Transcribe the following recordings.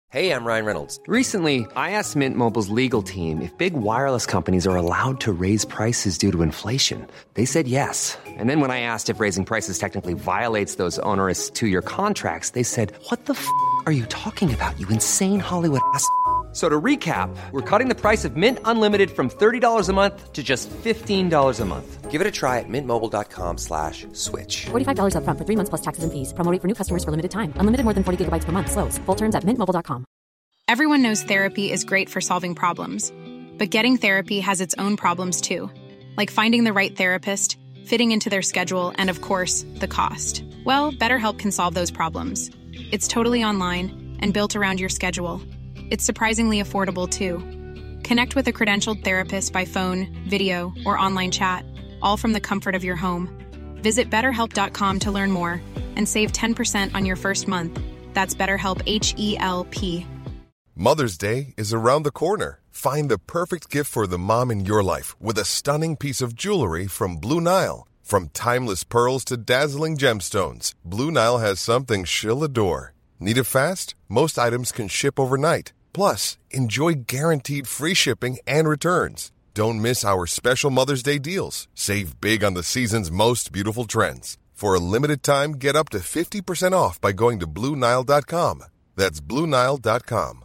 Hey, I'm Ryan Reynolds. Recently, I asked Mint Mobile's legal team if big wireless companies are allowed to raise prices due to inflation. They said yes. And then when I asked if raising prices technically violates those onerous two-year contracts, they said, "What the f*** are you talking about, you insane Hollywood ass?" So to recap, we're cutting the price of Mint Unlimited from $30 a month to just $15 a month. Give it a try at mintmobile.com/switch. $45 up front for 3 months plus taxes and fees. Promo rate for new customers for limited time. Unlimited more than 40 gigabytes per month. Slows full terms at mintmobile.com. Everyone knows therapy is great for solving problems, but getting therapy has its own problems too, like finding the right therapist, fitting into their schedule, and of course, the cost. Well, BetterHelp can solve those problems. It's totally online and built around your schedule. It's surprisingly affordable too. Connect with a credentialed therapist by phone, video, or online chat, all from the comfort of your home. Visit BetterHelp.com to learn more and save 10% on your first month. That's BetterHelp, H-E-L-P. Mother's Day is around the corner. Find the perfect gift for the mom in your life with a stunning piece of jewelry from Blue Nile. From timeless pearls to dazzling gemstones, Blue Nile has something she'll adore. Need it fast? Most items can ship overnight. Plus, enjoy guaranteed free shipping and returns. Don't miss our special Mother's Day deals. Save big on the season's most beautiful trends. For a limited time, get up to 50% off by going to BlueNile.com. That's BlueNile.com.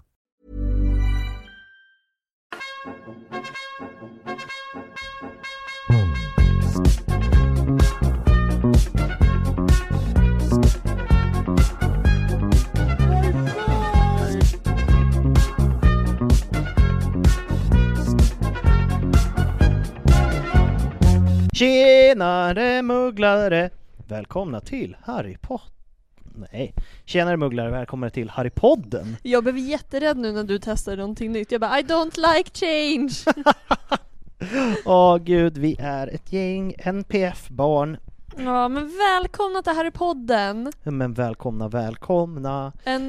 Tjenare mugglare! Välkomna till Harry Potter. Nej, tjenare mugglare, välkomna till Harry-podden. Jag blev jätterädd nu när du testade någonting nytt. Jag bara, I don't like change. Åh gud, vi är ett gäng NPF-barn. Ja, men välkomna till Harry-podden. Men välkomna. En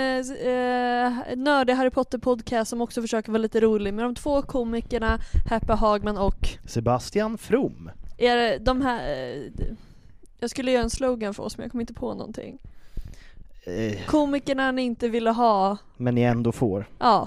nördig Harry Potter-podcast som också försöker vara lite rolig med de två komikerna Happy Hagman och Sebastian From. Är de här... jag skulle göra en slogan för oss, men jag kom inte på någonting. Komikerna ni inte ville ha. Men ni ändå får. Ja.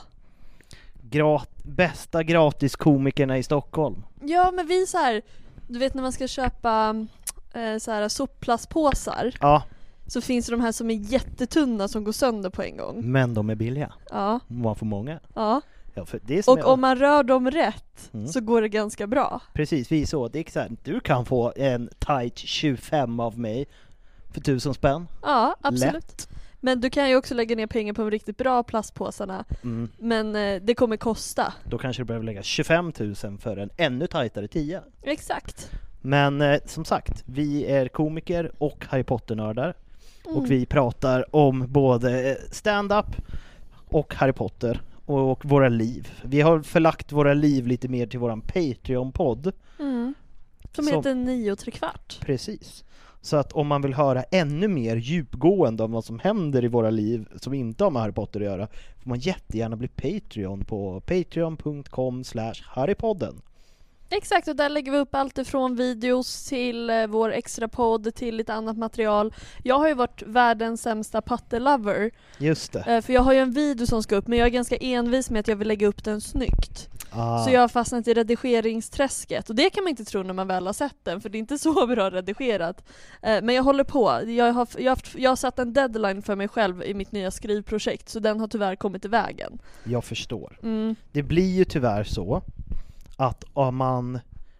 Bästa gratiskomikerna i Stockholm. Ja, men vi så här... Du vet när man ska köpa så här sopplastpåsar. Ja. Så finns det de här som är jättetunna som går sönder på en gång. Men de är billiga. Ja. Man får många. Ja. Ja, för det är som och om man rör dem rätt så går det ganska bra. Precis, vi så. Det är så här, du kan få en tight 25 av mig för 1000 spänn. Ja, absolut. Lätt. Men du kan ju också lägga ner pengar på de riktigt bra plastpåsarna. Men det kommer kosta. Då kanske du behöver lägga 25 000 för en ännu tajtare 10. Exakt. Men som sagt, vi är komiker och Harry Potter-nördar. Och vi pratar om både stand-up och Harry Potter och våra liv. Vi har förlagt våra liv lite mer till våran Patreon-podd. Som heter 9,75. Precis. Så att om man vill höra ännu mer djupgående om vad som händer i våra liv som inte har med Harry Potter att göra, får man jättegärna bli Patreon på patreon.com/harrypodden. Exakt, och där lägger vi upp allt ifrån videos till vår extra podd till lite annat material. Jag har ju varit världens sämsta Potter-lover. Just det. För jag har ju en video som ska upp, men jag är ganska envis med att jag vill lägga upp den snyggt. Så jag har fastnat i redigeringsträsket. Och det kan man inte tro när man väl har sett den, för det är inte så bra redigerat. Men jag håller på. Jag har satt en deadline för mig själv i mitt nya skrivprojekt, så den har tyvärr kommit i vägen. Jag förstår. Det blir ju tyvärr så att om man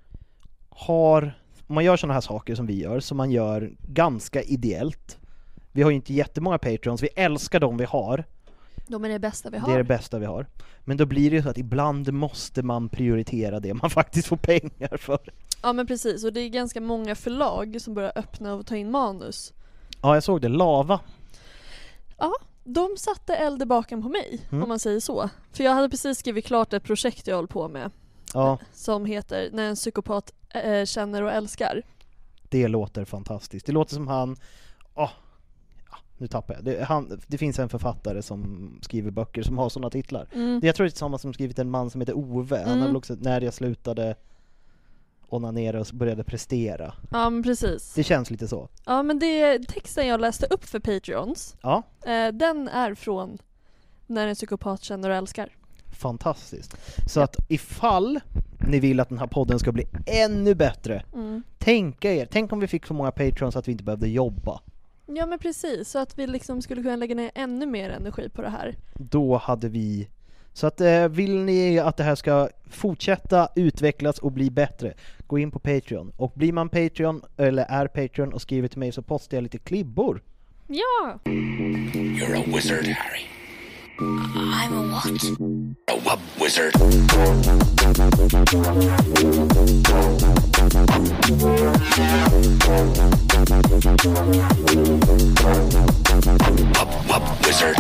gör sådana här saker som vi gör, som man gör ganska ideellt. Vi har ju inte jättemånga Patreons, vi älskar dem vi har. De är det bästa vi har. Det är det bästa vi har. Men då blir det ju så att ibland måste man prioritera det man faktiskt får pengar för. Ja, men precis. Och det är ganska många förlag som börjar öppna och ta in manus. Ja, jag såg det. Lava. Ja, de satte eld i baken på mig, om man säger så. För jag hade precis skrivit klart ett projekt jag håller på med. Ja. Som heter När en psykopat känner och älskar. Det låter fantastiskt. Det låter som han... nu tappar jag. Det finns en författare som skriver böcker som har sådana titlar. Jag tror det är samma som skrivit En man som heter Ove. Han har väl också När jag slutade onanera och började prestera. Ja, men precis. Det känns lite så. Ja, men det texten jag läste upp för Patreons. Ja. Den är från när en psykopat känner och älskar. Fantastiskt. Så att ifall ni vill att den här podden ska bli ännu bättre, tänk om vi fick så många Patrons att vi inte behövde jobba. Ja men precis, så att vi liksom skulle kunna lägga ner ännu mer energi på det här. Då hade vi... Så att vill ni att det här ska fortsätta utvecklas och bli bättre, gå in på Patreon. Och blir man Patreon eller är Patreon och skriver till mig så postar jag lite klibbor. Ja! You're a wizard, Harry. I'm a what? A wizard. Wizard.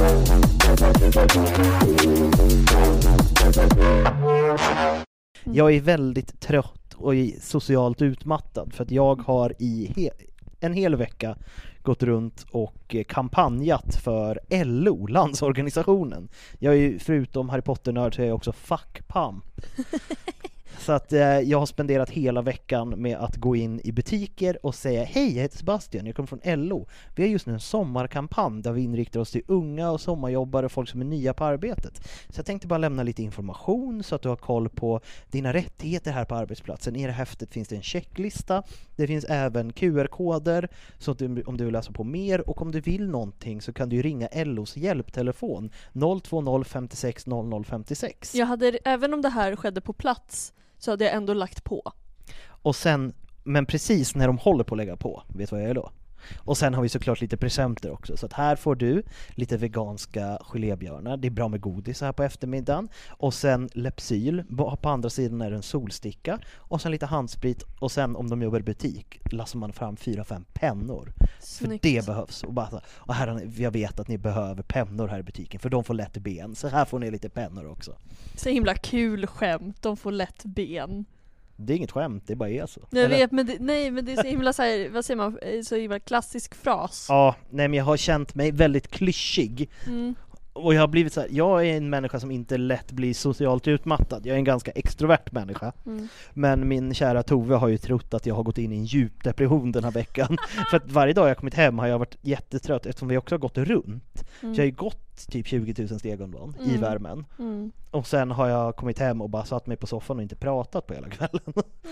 Jag är väldigt trött och socialt utmattad för att jag har i en hel vecka gått runt och kampanjat för LO, landsorganisationen. Jag är ju, förutom Harry Potter-nörd, så är jag också fuckpump. Så att jag har spenderat hela veckan med att gå in i butiker och säga: hej, jag heter Sebastian, jag kommer från LO. Vi har just nu en sommarkampanj där vi inriktar oss till unga och sommarjobbare, folk som är nya på arbetet. Så jag tänkte bara lämna lite information så att du har koll på dina rättigheter här på arbetsplatsen. I det häftet finns det en checklista. Det finns även QR-koder så att om du vill läsa på mer, och om du vill någonting så kan du ringa LOs hjälptelefon 020 56 00 56. Jag hade, även om det här skedde på plats, så hade jag ändå lagt på. Och sen, men precis när de håller på att lägga på, vet vad jag är då? Och sen har vi såklart lite presenter också. Så att här får du lite veganska gelébjörnar. Det är bra med godis här på eftermiddagen. Och sen Lepsyl. På andra sidan är det en solsticka. Och sen lite handsprit. Och sen om de jobbar i butik lassar man fram 4-5 pennor. Snyggt. För det behövs. Och här, jag vet att ni behöver pennor här i butiken. För de får lätt ben. Så här får ni lite pennor också. Så himla kul skämt. De får lätt ben. Det är inget skämt, det bara är så. Jag vet, men det, nej, men det är så himla så här, vad säger man, så himla klassisk fras. Ja, nej, men jag har känt mig väldigt klyschig. Och jag har blivit så här, jag är en människa som inte lätt blir socialt utmattad. Jag är en ganska extrovert människa. Men min kära Tove har ju trott att jag har gått in i en djup depression den här veckan. För att varje dag jag kommit hem har jag varit jättetrött, eftersom vi också har gått runt. Så jag har ju gått typ 20 000 steg om dagen i värmen. Och sen har jag kommit hem och bara satt mig på soffan och inte pratat på hela kvällen.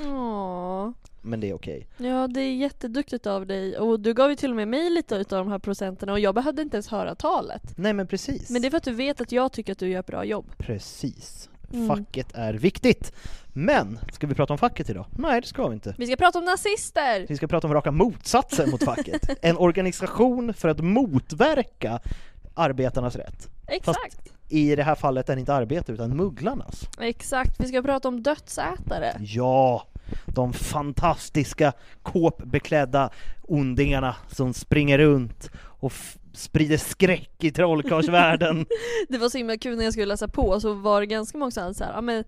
Men det är okej. Ja, det är jätteduktigt av dig. Och du gav ju till och med mig lite av de här procenterna, och jag behövde inte ens höra talet. Nej, men precis. Men det är för att du vet att jag tycker att du gör ett bra jobb. Precis. Facket är viktigt. Men, ska vi prata om facket idag? Nej, det ska vi inte. Vi ska prata om nazister! Vi ska prata om raka motsatsen mot facket. En organisation för att motverka arbetarnas rätt. Exakt. Fast i det här fallet är det inte arbete utan mugglarnas. Exakt, vi ska prata om dödsätare. Ja, de fantastiska kåpbeklädda ondingarna som springer runt och sprider skräck i trollkarlsvärlden. Det var så himla kul när jag skulle läsa på, så var det ganska många så här, men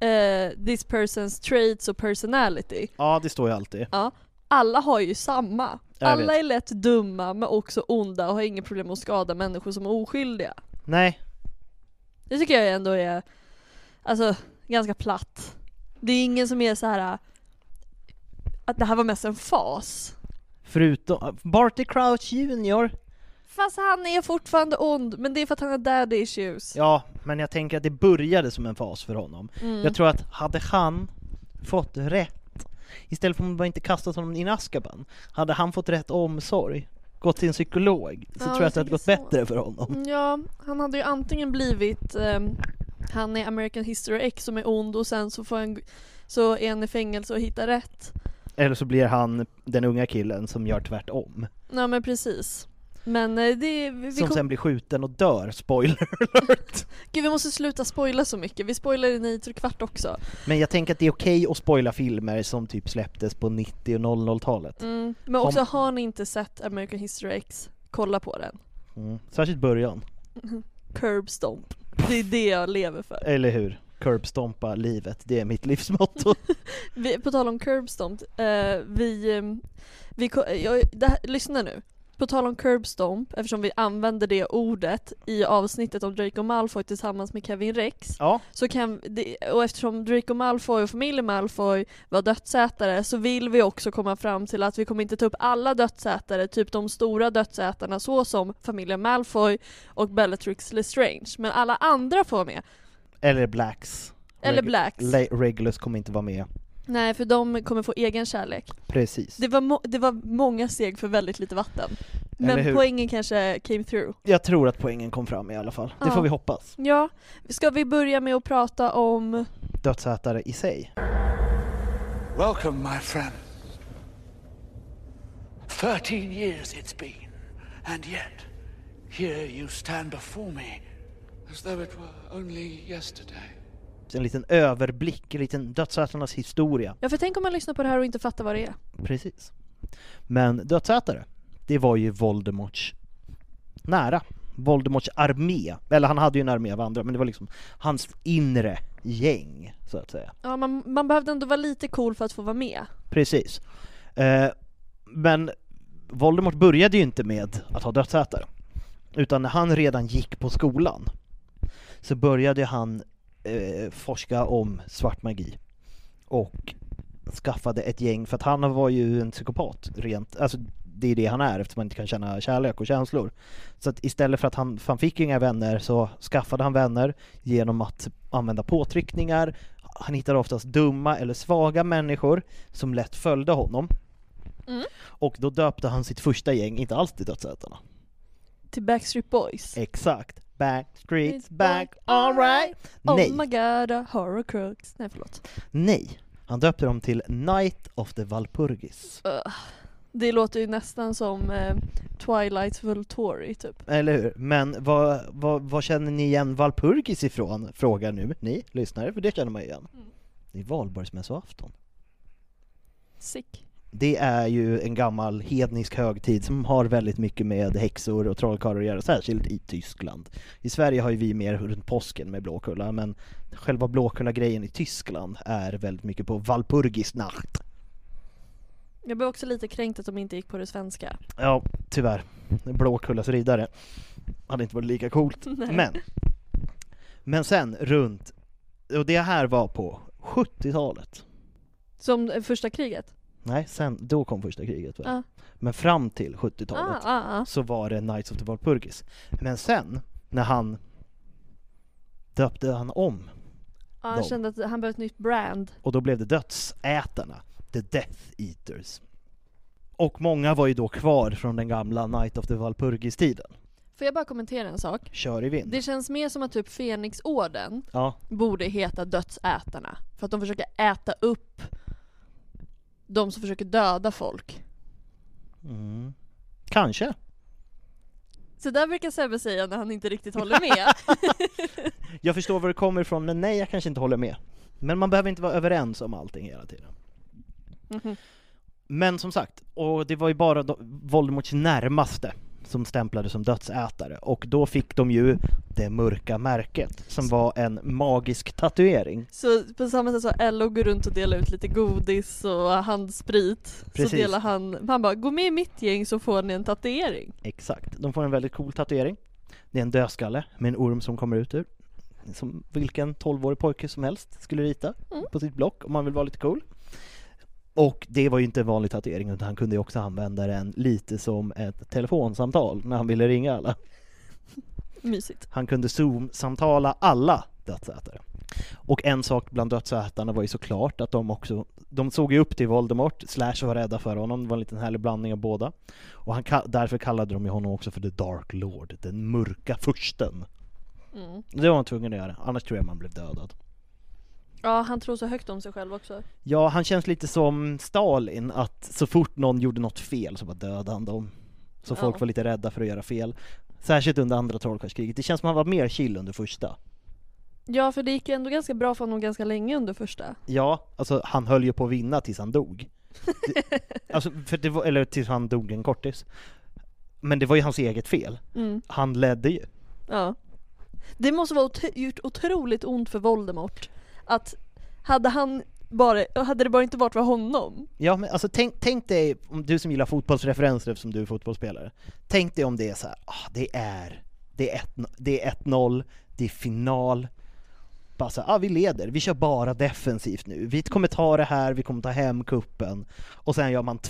this person's traits och personality. Ja, det står ju alltid. Ja, alla har ju samma. Alla är lätt dumma men också onda och har inga problem att skada människor som är oskyldiga. Nej. Det tycker jag ändå är alltså ganska platt. Det är ingen som är så här att det här var mest en fas. Förutom Barty Crouch Jr. Fast han är fortfarande ond, men det är för att han har daddy issues. Ja, men jag tänker att det började som en fas för honom. Jag tror att hade han fått rätt, istället för att man bara inte kastat honom i Azkaban, hade han fått rätt omsorg, gått till en psykolog, så tror jag att det hade gått bättre för honom. Ja, han hade ju antingen blivit han är American History X som är ond, och sen så så är han i fängelse och hittar rätt. Eller så blir han den unga killen som gör tvärtom. Ja, men precis. Men som sen blir skjuten och dör, spoiler alert. Gud, vi måste sluta spoila så mycket. Vi spoilar i 9/4 också. Men jag tänker att det är okej att spoila filmer som typ släpptes på 90- och 00-talet. Men också, har ni inte sett American History X, kolla på den. Särskilt början. Curb stomp. Det är det jag lever för. Eller hur? Curbstompa livet, det är mitt livsmotto. På tal om curbstomp, lyssna nu. På tal om curbstomp, eftersom vi använder det ordet i avsnittet om Draco Malfoy tillsammans med Kevin Rex, Ja. så och eftersom Draco Malfoy och familjen Malfoy var dödsätare, så vill vi också komma fram till att vi kommer inte ta upp alla dödsätare, typ de stora dödsätarna så som familjen Malfoy och Bellatrix Lestrange, men alla andra får med. Eller Blacks. Blacks. Regulus kommer inte vara med. Nej, för de kommer få egen kärlek. Precis. Det var många steg för väldigt lite vatten. Men poängen kanske came through. Jag tror att poängen kom fram i alla fall. Det får vi hoppas. Ja, ska vi börja med att prata om dödsätare i sig? Welcome, my friend. 13 years it's been, and yet here you stand before me as though it were only yesterday. En liten överblick, en liten dödsätarnas historia. Ja, för tänk om man lyssnar på det här och inte fattar vad det är. Precis. Men dödsätare, det var ju Voldemorts nära. Voldemorts armé. Eller han hade ju en armé av andra, men det var liksom hans inre gäng, så att säga. Ja, man behövde ändå vara lite cool för att få vara med. Precis. Men Voldemort började ju inte med att ha dödsätare. Utan när han redan gick på skolan så började han forska om svart magi och skaffade ett gäng, för att han var ju en psykopat rent, alltså det är det han är eftersom man inte kan känna kärlek och känslor. Så att istället för att han fick inga vänner så skaffade han vänner genom att använda påtryckningar. Han hittade oftast dumma eller svaga människor som lätt följde honom. Och då döpte han sitt första gäng inte alls till dödsätarna. Till Backstreet Boys. Exakt. Backstreet's back, alright. Oh my god, a horrocrux. Nej, förlåt. Nej, han döpte dem till Knight of the Walpurgis. Det låter ju nästan som Twilight Volturi typ. Eller hur? Men vad känner ni igen Walpurgis ifrån? Frågar nu ni lyssnare, för det känner man igen. Det är valborgsmässoafton. Sick. Det är ju en gammal hednisk högtid som har väldigt mycket med häxor och trollkarlar att göra, särskilt i Tyskland. I Sverige har ju vi mer runt påsken med Blåkulla, men själva Blåkulla-grejen i Tyskland är väldigt mycket på Walpurgisnacht. Jag blev också lite kränkt att de inte gick på det svenska. Ja, tyvärr. Blåkullas riddare hade inte varit lika coolt. Men sen runt, och det här var på 70-talet. Som första kriget? Nej, då kom första kriget väl? Men fram till 70-talet så var det Knights of the Walpurgis. Men sen, när han döpte han om han kände att han behövde ett nytt brand. Och då blev det dödsätarna, The Death Eaters. Och många var ju då kvar från den gamla Knight of the Walpurgis-tiden. Får jag bara kommentera en sak? Kör i vind. Det känns mer som att typ Fenixorden borde heta dödsätarna. För att de försöker äta upp de som försöker döda folk. Kanske. Så där brukar Sebbe säga när han inte riktigt håller med. Jag förstår var det kommer ifrån, men nej, jag kanske inte håller med. Men man behöver inte vara överens om allting hela tiden. Men som sagt, och det var ju bara Voldemorts närmaste som stämplade som dödsätare. Och då fick de ju det mörka märket som var en magisk tatuering. Så på samma sätt så Ello går runt och delar ut lite godis och handsprit. Precis. Så delar han bara, gå med i mitt gäng så får ni en tatuering. Exakt, de får en väldigt cool tatuering. Det är en dödskalle med en orm som kommer ut ur. Som vilken 12-årig pojke som helst skulle rita på sitt block om man vill vara lite cool. Och det var ju inte en vanlig tatuering, utan han kunde ju också använda den lite som ett telefonsamtal när han ville ringa alla. Mysigt. Han kunde Zoom-samtala alla dödsätare. Och en sak bland dödsätarna var ju såklart att de såg ju upp till Voldemort / var rädda för honom. Det var en liten härlig blandning av båda. Och därför kallade de ju honom också för The Dark Lord, den mörka fursten. Det var han tvungen att göra, annars tror jag man blev dödad. Ja, han tror så högt om sig själv också. Ja, han känns lite som Stalin, att så fort någon gjorde något fel så bara dödade han dem. Så folk var lite rädda för att göra fel. Särskilt under andra trollkarlskriget. Det känns som att han var mer chill under första. Ja, för det gick ju ändå ganska bra för honom ganska länge under första. Ja, alltså han höll ju på att vinna tills han dog. Eller tills han dog en kortis. Men det var ju hans eget fel. Han ledde ju. Ja. Det måste vara gjort otroligt ont för Voldemort att hade han hade det bara inte varit för honom. Ja, men alltså tänk dig, om du som gillar fotbollsreferenser som du är fotbollsspelare, tänk dig om det är så här, det är 1-0, det är final, bara så här, vi leder, vi kör bara defensivt nu, vi kommer ta det här, vi kommer ta hem kuppen, och sen gör man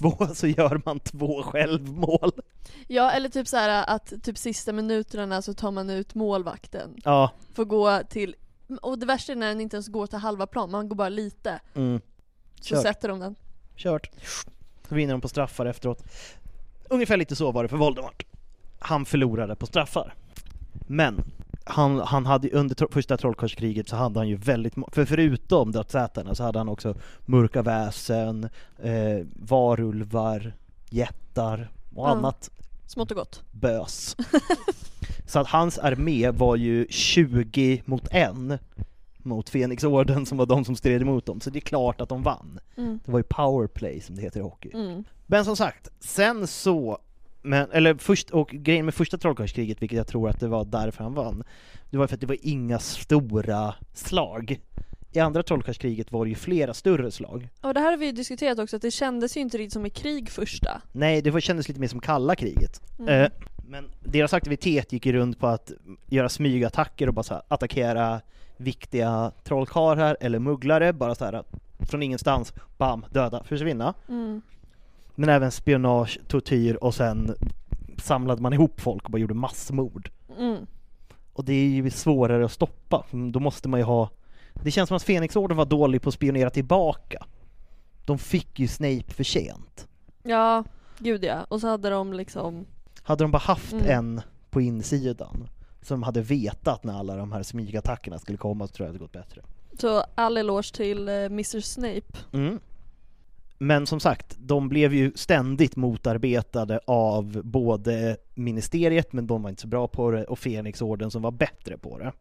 2 självmål. Ja, eller typ så här att typ sista minuterna så tar man ut målvakten. Ja. Får gå till, och det värsta är när den inte ens går till halva plan, man går bara lite. Så sätter de den. Kört. Så vinner de på straffar efteråt. Ungefär lite så var det för Voldemort. Han förlorade på straffar. Men han hade under första trollkarlskriget så hade han ju väldigt, förutom dödsätarna så hade han också mörka väsen, varulvar, jättar och annat smått och gott bös. Så att hans armé var ju 20 mot 1 mot Fenixorden som var de som stred emot dem. Så det är klart att de vann. Det var ju powerplay som det heter i hockey. Men som sagt, sen så och grejen med första trollkarlskriget, vilket jag tror att det var därför han vann, det var för att det var inga stora slag. I andra trollkarlskriget var det ju flera större slag. Och det här har vi ju diskuterat också, att det kändes ju inte riktigt som ett krig första. Nej, det kändes lite mer som kalla kriget. Men deras aktivitet gick ju runt på att göra smygattacker och bara så här, attackera viktiga trollkarlar eller mugglare, bara så här från ingenstans, bam, döda, försvinna. Men även spionage, tortyr, och sen samlade man ihop folk och bara gjorde massmord. Och det är ju svårare att stoppa. Då måste man ju ha... Det känns som att Fenixorden var dålig på att spionera tillbaka. De fick ju Snape för sent. Ja, gud ja. Och så hade de liksom... Hade de bara haft en på insidan som hade vetat när alla de här smygattackerna skulle komma, så tror jag det gått bättre. Så all eloge till Mr. Snape. Men som sagt, de blev ju ständigt motarbetade av både ministeriet, men de var inte så bra på det, och Fenixorden som var bättre på det.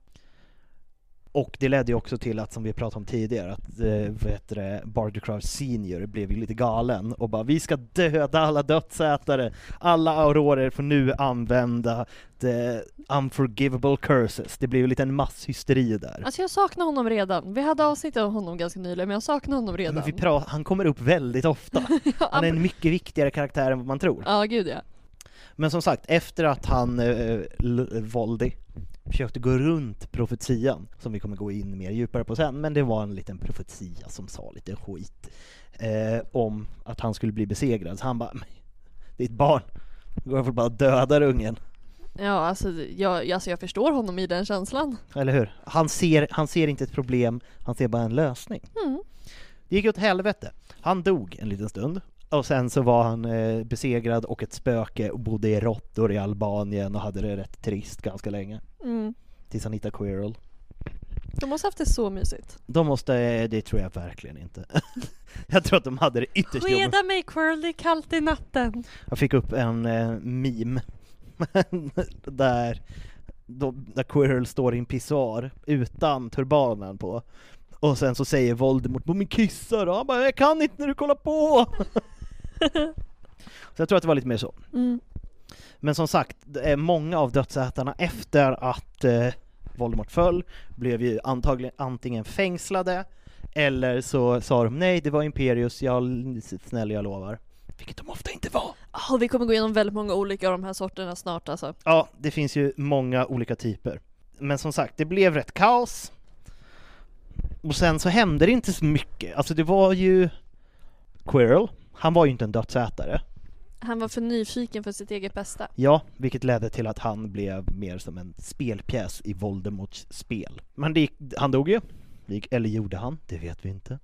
Och det ledde ju också till att, som vi pratade om tidigare, att Barty Crouch Senior blev ju lite galen och bara, vi ska döda alla dödsätare, alla aurorer får nu använda the unforgivable curses. Det blev ju lite en masshysteri där. Alltså jag saknar honom redan. Vi hade avsnitt om honom ganska nyligen, men jag saknar honom redan. Men han kommer upp väldigt ofta. Han är en mycket viktigare karaktär än vad man tror. Ja, gud ja. Men som sagt, efter att han Voldy försökte gå runt profetian, som vi kommer gå in mer djupare på sen, men det var en liten profetia som sa lite skit om att han skulle bli besegrad. Så han bara, det är ett barn, jag får bara döda ungen. Ja, alltså jag förstår honom i den känslan. Eller hur? Han ser inte ett problem, han ser bara en lösning. Det gick åt helvete. Han dog en liten stund. Och sen så var han besegrad och ett spöke och bodde i råttor i Albanien och hade det rätt trist ganska länge. Tills han hittade Quirrell. De måste haft det så mysigt. Det tror jag verkligen inte. Jag tror att de hade det ytterst jobbigt. Skeda mig Quirrell, det är kallt i natten. Jag fick upp en meme där Quirrell står i en pissoar utan turbanen på. Och sen så säger Voldemort, på min kissar, och han bara, jag kan inte när du kollar på. Så jag tror att det var lite mer så. Men som sagt, många av dödsätarna efter att Voldemort föll blev ju antagligen antingen fängslade, eller så sa de, nej, det var Imperius, jag lovar. Vilket de ofta inte var. Vi kommer gå igenom väldigt många olika av de här sorterna snart alltså. Ja, det finns ju många olika typer. Men som sagt, det blev rätt kaos. Och sen så hände det inte så mycket. Alltså det var ju Quirrell, han var ju inte en dödsätare. Han var för nyfiken för sitt eget bästa. Ja, vilket ledde till att han blev mer som en spelpjäs i Voldemorts spel. Men han dog ju. Eller gjorde han? Det vet vi inte.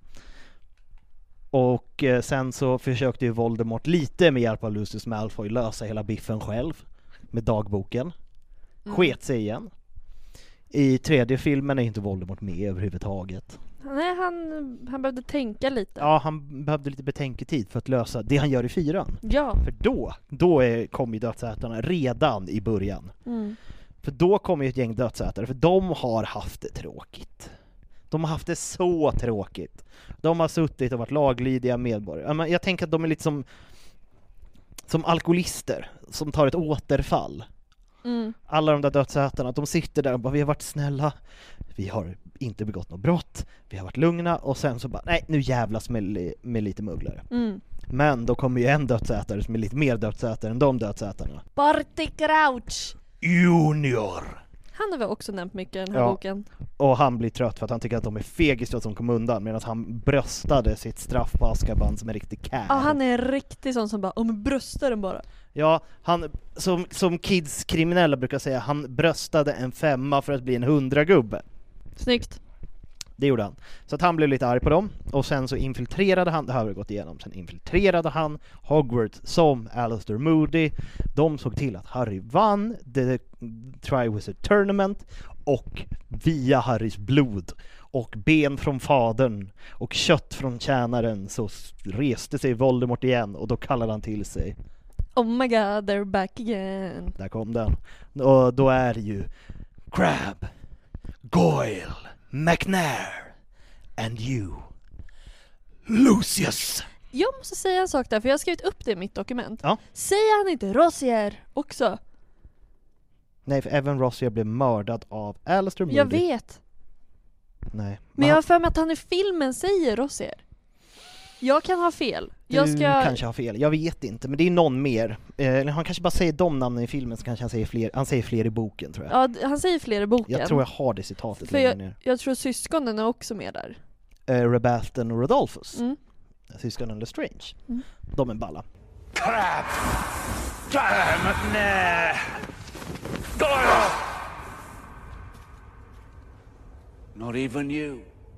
Och sen så försökte ju Voldemort lite med hjälp av Lucius Malfoy lösa hela biffen själv. Med dagboken. Sket sig igen. I tredje filmen är inte Voldemort med överhuvudtaget. Nej, han behövde tänka lite. Ja, han behövde lite betänketid för att lösa det han gör i 4. Ja. För då kom ju dödsätarna redan i början. För då kommer ju ett gäng dödsätare, för de har haft det tråkigt. De har haft det så tråkigt. De har suttit och varit laglydiga medborgare. Jag tänker att de är lite som alkoholister som tar ett återfall. Alla de där dödsätarna, de sitter där och bara, vi har varit snälla vi har inte begått något brott, vi har varit lugna, och sen så bara, nej, nu jävlas med lite mugglare. Men då kommer ju en dödsätare som är lite mer dödsätare än de dödsätarna. Barty Crouch Junior! Han har väl också nämnt mycket i den här boken. Och han blir trött för att han tycker att de är fegis som kom undan, medan han bröstade sitt straff på Azkaban som en riktig kär. Ja, han är en riktig sån som bara, om bröstar den bara. Ja, han, som kids kriminella brukar säga, han bröstade en 5 för att bli en 100-gubbe. Snyggt. Det gjorde han. Så att han blev lite arg på dem. Och sen så infiltrerade han, det har vi gått igenom, sen infiltrerade han Hogwarts som Alastor Moody. De såg till att Harry vann The Triwizard Tournament, och via Harrys blod och ben från fadern och kött från tjänaren så reste sig Voldemort igen, och då kallade han till sig, oh my god, they're back again. där kom den. Och då är det ju Crabbe, Goyle, McNair and you, Lucius. Jag måste säga en sak där, för jag har skrivit upp det i mitt dokument. Ja. Säger han inte Rossier också? Nej, för Evan Rossier blev mördad av Alastor Moody. Jag vet. Nej. Men jag har för mig att han i filmen säger Rossier. Jag kan ha fel. Du kanske har fel, jag vet inte, men det är någon mer. Han kanske bara säger de namnen i filmen, så kanske han säger fler. Han säger fler i boken, tror jag. Ja, han säger fler i boken. Jag tror jag har det citatet för längre ner. Jag tror syskonen är också med där. Rebathton och Rodolphus. Syskonen Lestrange. De är balla. Crab! McNair! Goyle! Not even you.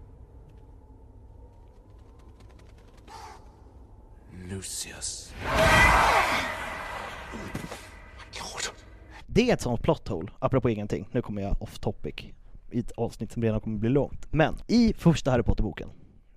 Lucius. Det är ett sånt plot hole, apropå ingenting. Nu kommer jag off topic i ett avsnitt som redan kommer bli långt. Men i första Harry Potter-boken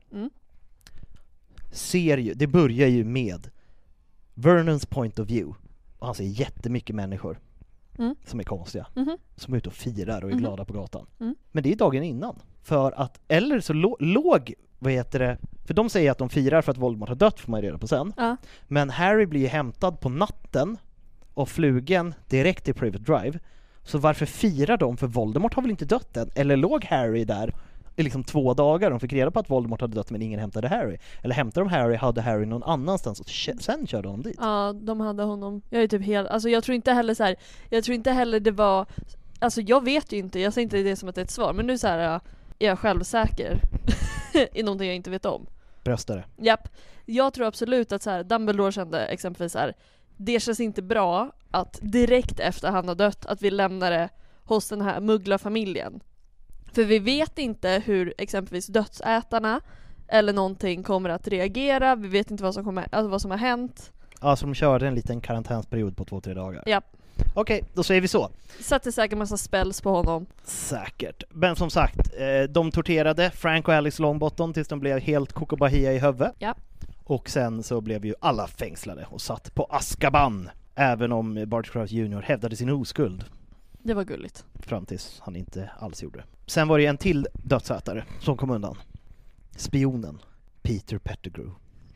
det börjar ju med Vernons point of view. Och han ser jättemycket människor som är konstiga, som är ute och firar och är glada på gatan. Men det är dagen innan. För att, eller så låg, för de säger att de firar för att Voldemort har dött, får man reda på sen. Men Harry blir hämtad på natten och flugen direkt till Private Drive. Så varför firar de? För Voldemort har väl inte dött än? Eller låg Harry där i liksom 2 dagar? De fick reda på att Voldemort hade dött, men ingen hämtade Harry. Eller hämtade de Harry, hade Harry någon annanstans och sen körde de dit. Ja, de hade honom. Jag är typ helt, alltså jag tror inte heller det var, alltså jag vet ju inte, jag säger inte det som att det är ett svar, men nu så här är jag självsäker i någonting jag inte vet om. Bröstare. Japp. Jag tror absolut att så här, Dumbledore kände exempelvis så här, det känns inte bra att direkt efter han har dött att vi lämnar det hos den här mugglarfamiljen. För vi vet inte hur exempelvis dödsätarna eller någonting kommer att reagera. Vi vet inte vad som har hänt. Ja, så de körde en liten karantänsperiod på 2-3 dagar. Ja. Okej, då säger vi så. Satte säkert massa spells på honom. Säkert. Men som sagt, de torterade Frank och Alice Longbottom tills de blev helt kokobahia i huvudet. Ja. Och sen så blev ju alla fängslade och satt på Azkaban. Även om Barty Crouch Jr. hävdade sin oskuld. Det var gulligt. Fram tills han inte alls gjorde det. Sen var det en till dödsätare som kom undan. Spionen Peter Pettigrew.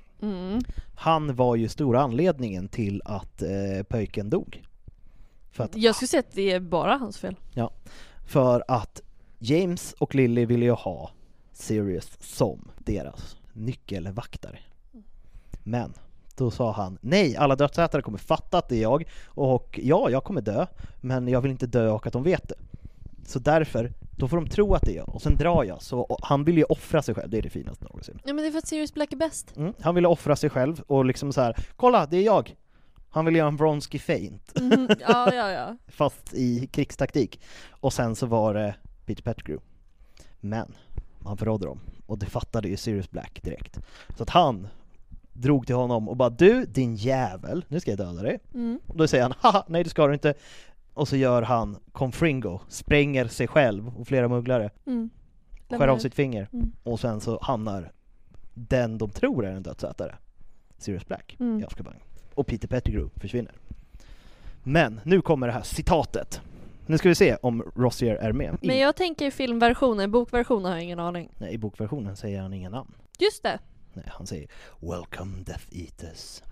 Han var ju stora anledningen till att pojken dog. För att, jag skulle säga att det är bara hans fel. Ja, för att James och Lily ville ju ha Sirius som deras nyckelvaktare. Men då sa han, nej, alla dödsätare kommer fatta att det är jag. Och ja, jag kommer dö, men jag vill inte dö och att de vet det. Så därför, då får de tro att det är jag. Och sen drar jag. Så han vill ju offra sig själv, det är det finaste någonsin. Ja, men det är för att Sirius Black är bäst. Han ville offra sig själv och liksom så här, kolla, det är jag. Han ville göra en Vronsky feint. Ja. Fast i krigstaktik. Och sen så var det Peter Pettigrew. Men han förrådde dem. Och det fattade ju Sirius Black direkt. Så att han drog till honom och bara, du, din jävel, nu ska jag döda dig. Och då säger han, haha, nej det ska du inte. Och så gör han Confringo, spränger sig själv och flera mugglare. Skär av sitt finger. Och sen så hamnar den de tror är en dödsätare, Sirius Black, i Azkaban. Och Peter Pettigrew försvinner. Men nu kommer det här citatet. Nu ska vi se om Rossier är med. Men jag tänker filmversionen, bokversionen har jag ingen aning. Nej, i bokversionen säger han inga namn. Just det. Nej, han säger Welcome Death Eaters.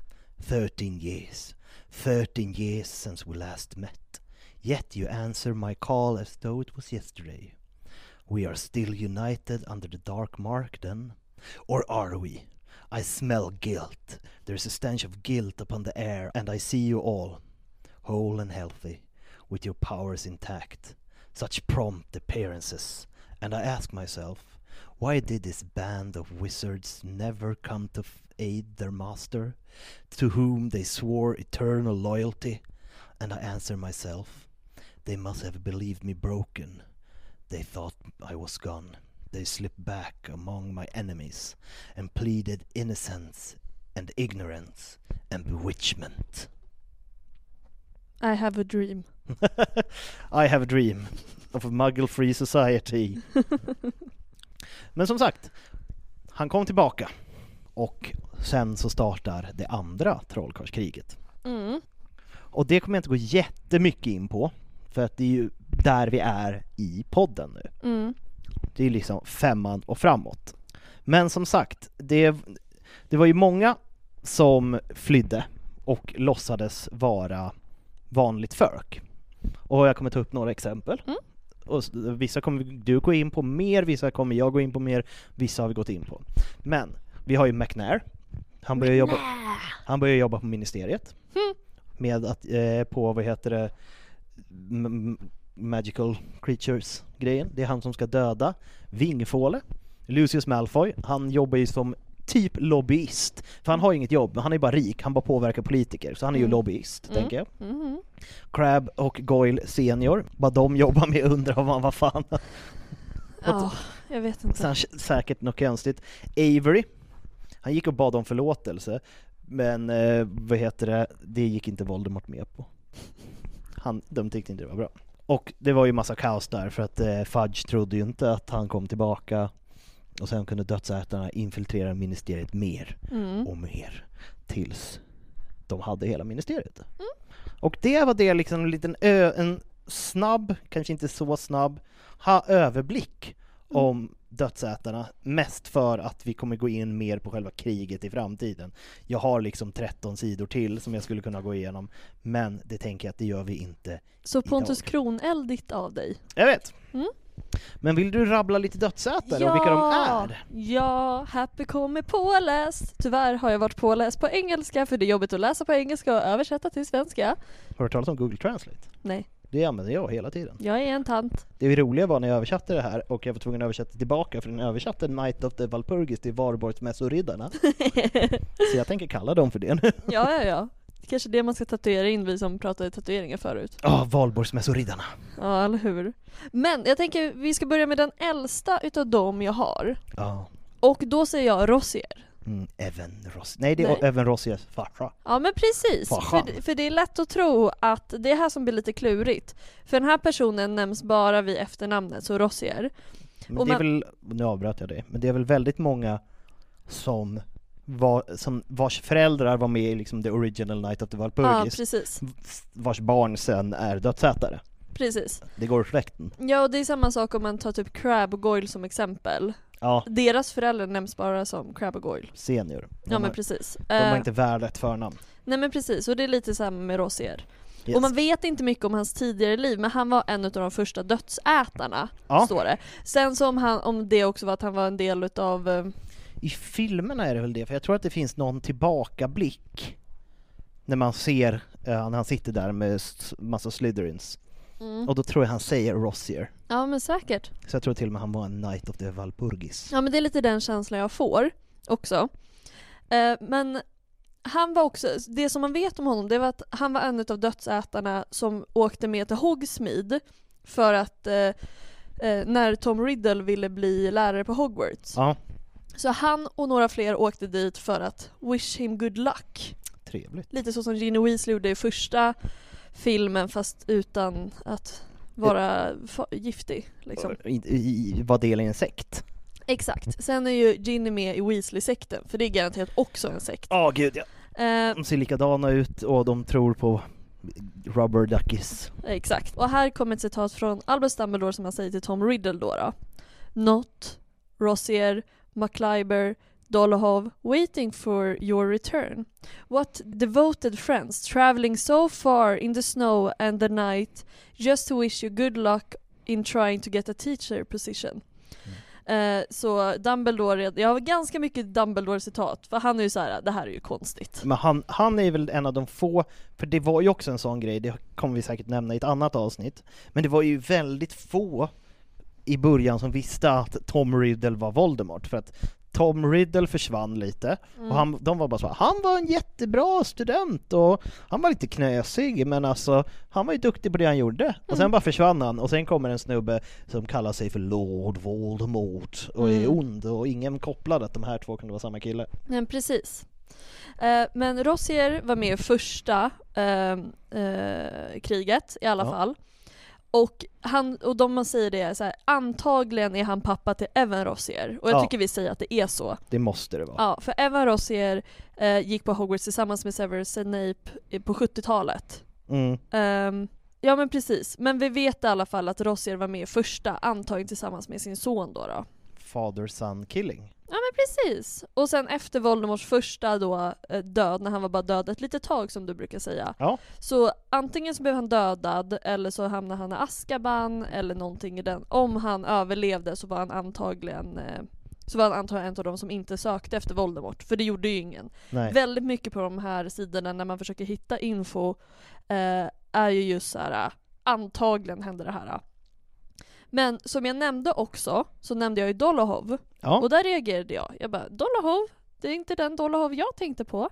13 years since we last met. Yet you answer my call as though it was yesterday. We are still united under the dark mark then? Or are we? I smell guilt. There's a stench of guilt upon the air, and I see you all, whole and healthy, with your powers intact. Such prompt appearances. And I ask myself, why did this band of wizards never come to aid their master, to whom they swore eternal loyalty? And I answer myself, they must have believed me broken. They thought I was gone. They slipped back among my enemies and pleaded innocence and ignorance and bewitchment. I have a dream. I have a dream of a muggle-free society. Men som sagt, han kom tillbaka och sen så startar det andra trollkarlskriget. Och det kommer jag inte gå jättemycket in på, för att det är ju där vi är i podden nu. Det är liksom 5:an och framåt. Men som sagt, det var ju många som flydde och låtsades vara vanligt folk. Och jag kommer ta upp några exempel. Och vissa kommer du gå in på mer, vissa kommer jag gå in på mer, vissa har vi gått in på. Men vi har ju McNair. Han börjar jobba på ministeriet. Med att på, vad heter det, Magical Creatures grejen. Det är han som ska döda Vingfåle. Lucius Malfoy, han jobbar ju som typ lobbyist. För han har ju inget jobb, men han är bara rik. Han bara påverkar politiker, så han är ju lobbyist, tänker jag. Crabbe och Goyle senior, vad de jobbar med undrar man vad fan. Ja, jag vet inte. Säkert något konstigt. Avery, han gick och bad om förlåtelse, men vad heter det, det gick inte Voldemort med på. De tyckte inte det var bra. Och det var ju massa kaos där, för att Fudge trodde ju inte att han kom tillbaka. Och sen kunde dödsätarna infiltrera ministeriet mer och mer tills de hade hela ministeriet. Och det var det liksom en liten en snabb, kanske inte så snabb, överblick om dödsätarna, mest för att vi kommer gå in mer på själva kriget i framtiden. Jag har liksom 13 sidor till som jag skulle kunna gå igenom, men det tänker jag att det gör vi inte. Så Pontus Kroneldigt av dig. Jag vet. Men vill du rabbla lite dödsätare och vilka de är? Ja, Happy kommer påläst. Tyvärr har jag varit påläst på engelska, för det är jobbigt att läsa på engelska och översätta till svenska. Har du talat om Google Translate? Nej. Det använder jag hela tiden. Jag är en tant. Det roliga var när jag översatte det här och jag var tvungen att översätta tillbaka, för den översatte Knight of the Valpurgis till Varborgsmässoriddarna. Så jag tänker kalla dem för det nu. Ja. Kanske det man ska tatuera in, vi som pratade tatueringar förut. Valborgsmässoriddarna. Ja, eller hur? Men jag tänker vi ska börja med den äldsta utav dem jag har. Ja. Och då säger jag Rossier. Evan Rossier. Nej, det är Evan Rossiers farsa. Ja, men precis. För det är lätt att tro att det är här som blir lite klurigt. För den här personen nämns bara vid efternamnet, så Rossier. Men det är väl, nu avbröt jag det, men det är väl väldigt många som vars föräldrar var med i liksom the original Knight of the Valpurgis. Ja, precis. Vars barn sen är dödsätare. Precis. Det går släkten. Ja, och det är samma sak om man tar typ Crabbe och Goyle som exempel. Ja. Deras föräldrar nämns bara som Crabbe och Goyle. Senior. Men precis. De har inte värd ett förnamn. Nej, men precis. Och det är lite samma med Rossier. Yes. Och man vet inte mycket om hans tidigare liv, men han var en av de första dödsätarna, står det. Sen så om det också var att han var en del utav... I filmerna är det väl det, för jag tror att det finns någon tillbakablick när man ser när han sitter där med massa Slytherins. Och då tror jag han säger Rossier. Ja, men säkert. Så jag tror till och med han var en Knight of the Valpurgis. Ja, men det är lite den känslan jag får också. Men han var också, det som man vet om honom, det var att han var en av dödsätarna som åkte med till Hogsmeade för att när Tom Riddle ville bli lärare på Hogwarts. Ja. Så han och några fler åkte dit för att wish him good luck. Trevligt. Lite så som Ginny Weasley gjorde i första filmen, fast utan att vara giftig. Liksom. Var del i en sekt. Exakt. Sen är ju Ginny med i Weasley-sekten, för det är garanterat också en sekt. Ja, gud ja. De ser likadana ut och de tror på rubber duckies. Exakt. Och här kommer ett citat från Albus Dumbledore som han säger till Tom Riddle då. Not Rossier, McLiber, Dolohov, waiting for your return. What devoted friends traveling so far in the snow and the night just to wish you good luck in trying to get a teacher position. Så Dumbledore, jag har ganska mycket Dumbledore-citat, för han är ju så här: det här är ju konstigt. Men han är väl en av de få, för det var ju också en sån grej, det kommer vi säkert nämna i ett annat avsnitt, men det var ju väldigt få i början som visste att Tom Riddle var Voldemort, för att Tom Riddle försvann lite och de var bara så här: han var en jättebra student och han var lite knösig, men alltså han var ju duktig på det han gjorde. Och sen bara försvann han, och sen kommer en snubbe som kallar sig för Lord Voldemort och är ond, och ingen kopplade att de här två kunde vara samma kille. Men precis. Men Rossier var med i första kriget i alla fall. Och de säger det så här: antagligen är han pappa till Evan Rossier. Och jag tycker vi säger att det är så. Det måste det vara. Ja, för Evan Rossier gick på Hogwarts tillsammans med Severus Snape på 70-talet. Ja, men precis. Men vi vet i alla fall att Rossier var med i första, antagligen tillsammans med sin son då. Father-son killing. Ja, men precis. Och sen efter Voldemorts första död, när han var bara död ett litet tag som du brukar säga. Ja. Så antingen så blev han dödad, eller så hamnade han i Azkaban eller någonting i den. Om han överlevde så var han antagligen en av de som inte sökte efter Voldemort, för det gjorde ju ingen. Nej. Väldigt mycket på de här sidorna när man försöker hitta info är ju just så här: antagligen hände det här. Men som jag nämnde också, så nämnde jag ju Dolohov. Ja. Och där reagerade jag. Jag bara, Dolohov? Det är inte den Dolohov jag tänkte på.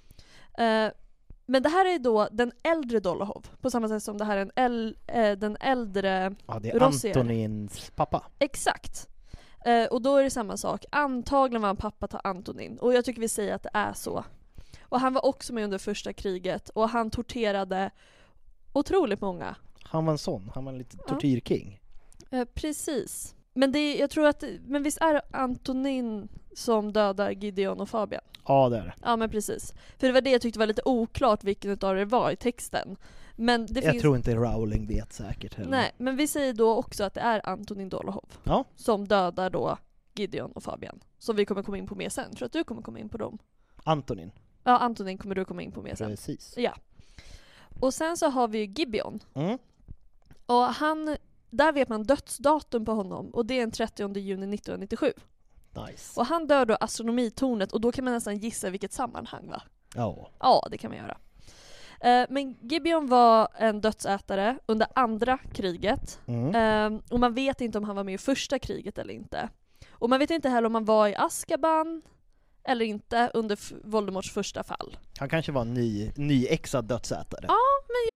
Men det här är då den äldre Dolohov. På samma sätt som det här är den äldre det är Rossier. Antonins pappa. Exakt. Och då är det samma sak. Antagligen var han pappa till Antonin. Och jag tycker vi säger att det är så. Och han var också med under första kriget. Och han torterade otroligt många. Han var en sån. Han var en liten tortyrking. Precis. Men jag tror att, men visst är det Antonin som dödar Gideon och Fabian? Ja, det är det. Ja, men precis. För det var det jag tyckte var lite oklart vilken utav det var i texten. Men jag tror inte Rowling vet säkert heller. Nej, men vi säger då också att det är Antonin Dolohov som dödar då Gideon och Fabian. Som vi kommer komma in på mer sen. Tror att du kommer komma in på dem? Antonin? Ja, Antonin kommer du komma in på mer sen. Precis. Ja. Och sen så har vi ju Gibeon. Och där vet man dödsdatum på honom, och det är den 30 juni 1997. Nice. Och han dör då astronomitornet, och då kan man nästan gissa vilket sammanhang, va? Ja, det kan man göra. Men Gibeon var en dödsätare under andra kriget. Och man vet inte om han var med i första kriget eller inte. Och man vet inte heller om han var i Azkaban eller inte under Voldemorts första fall. Han kanske var en nyexad dödsätare. Ja, men...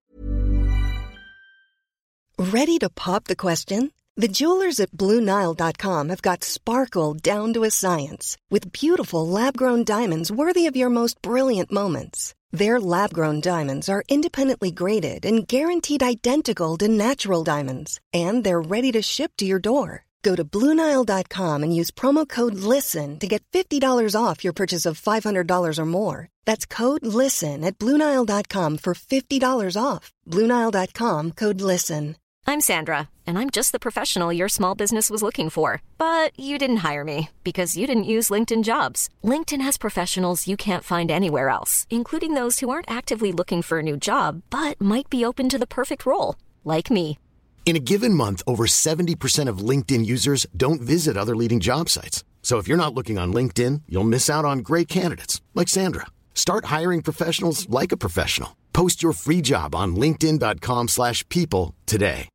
Ready to pop the question? The jewelers at BlueNile.com have got sparkle down to a science with beautiful lab-grown diamonds worthy of your most brilliant moments. Their lab-grown diamonds are independently graded and guaranteed identical to natural diamonds, and they're ready to ship to your door. Go to BlueNile.com and use promo code LISTEN to get $50 off your purchase of $500 or more. That's code LISTEN at BlueNile.com for $50 off. BlueNile.com, code LISTEN. I'm Sandra, and I'm just the professional your small business was looking for. But you didn't hire me because you didn't use LinkedIn Jobs. LinkedIn has professionals you can't find anywhere else, including those who aren't actively looking for a new job, but might be open to the perfect role, like me. In a given month, over 70% of LinkedIn users don't visit other leading job sites. So if you're not looking on LinkedIn, you'll miss out on great candidates like Sandra. Start hiring professionals like a professional. Post your free job on linkedin.com/people today.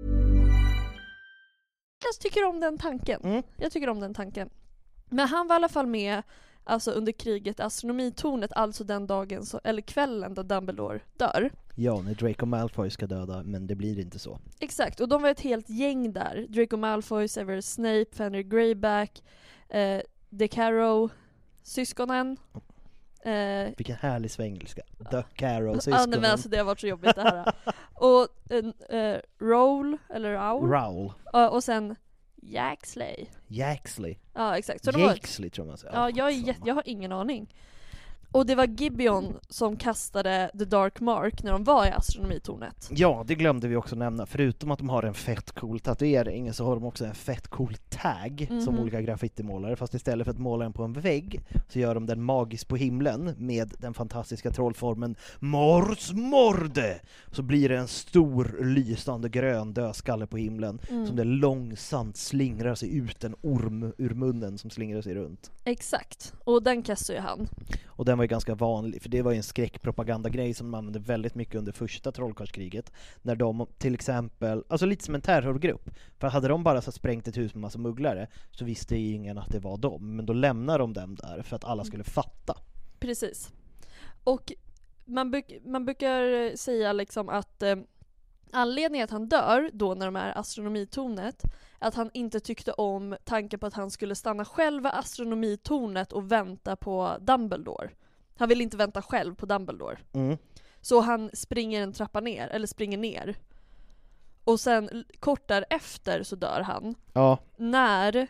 Jag tycker om den tanken. Jag tycker om den tanken. Men han var i alla fall med under kriget astronomitornet, alltså den dagen eller kvällen då Dumbledore dör. Ja, när Draco Malfoy ska döda, men det blir inte så. Exakt, och de var ett helt gäng där. Draco Malfoy, Severus Snape, Fenrir Greyback, DeCaro, syskonen. Vilken härlig svengelska. DeCaro, syskonen. Nej, men alltså det har varit så jobbigt det här. Och Rowl, eller Rowl. Och sen Yaxley. Ja, exakt. Så Yaxley tror man säger. Ja, jag har ingen aning. Och det var Gibeon som kastade The Dark Mark när de var i astronomitornet. Ja, det glömde vi också nämna. Förutom att de har en fett cool tatuering så har de också en fett cool tag som olika graffitimålare, fast istället för att måla den på en vägg så gör de den magisk på himlen med den fantastiska trollformen Mors Morde. Så blir det en stor lysande grön dödskalle på himlen som det långsamt slingrar sig ut en orm ur munnen som slingrar sig runt. Exakt, och den kastar ju han. Och den var ju ganska vanlig, för det var ju en skräckpropagandagrej som man använde väldigt mycket under första trollkarlskriget. När de till exempel, alltså lite som en terrorgrupp, för hade de bara så sprängt ett hus med massa mugglare så visste ju ingen att det var dem. Men då lämnar de dem där för att alla skulle fatta. Precis. Och man brukar säga liksom att anledningen att han dör då när de är astronomitornet, att han inte tyckte om tanken på att han skulle stanna själv vid astronomitornet och vänta på Dumbledore. Han vill inte vänta själv på Dumbledore. Så han springer en trappa ner, eller springer ner. Och sen kort därefter så dör han. Ja. När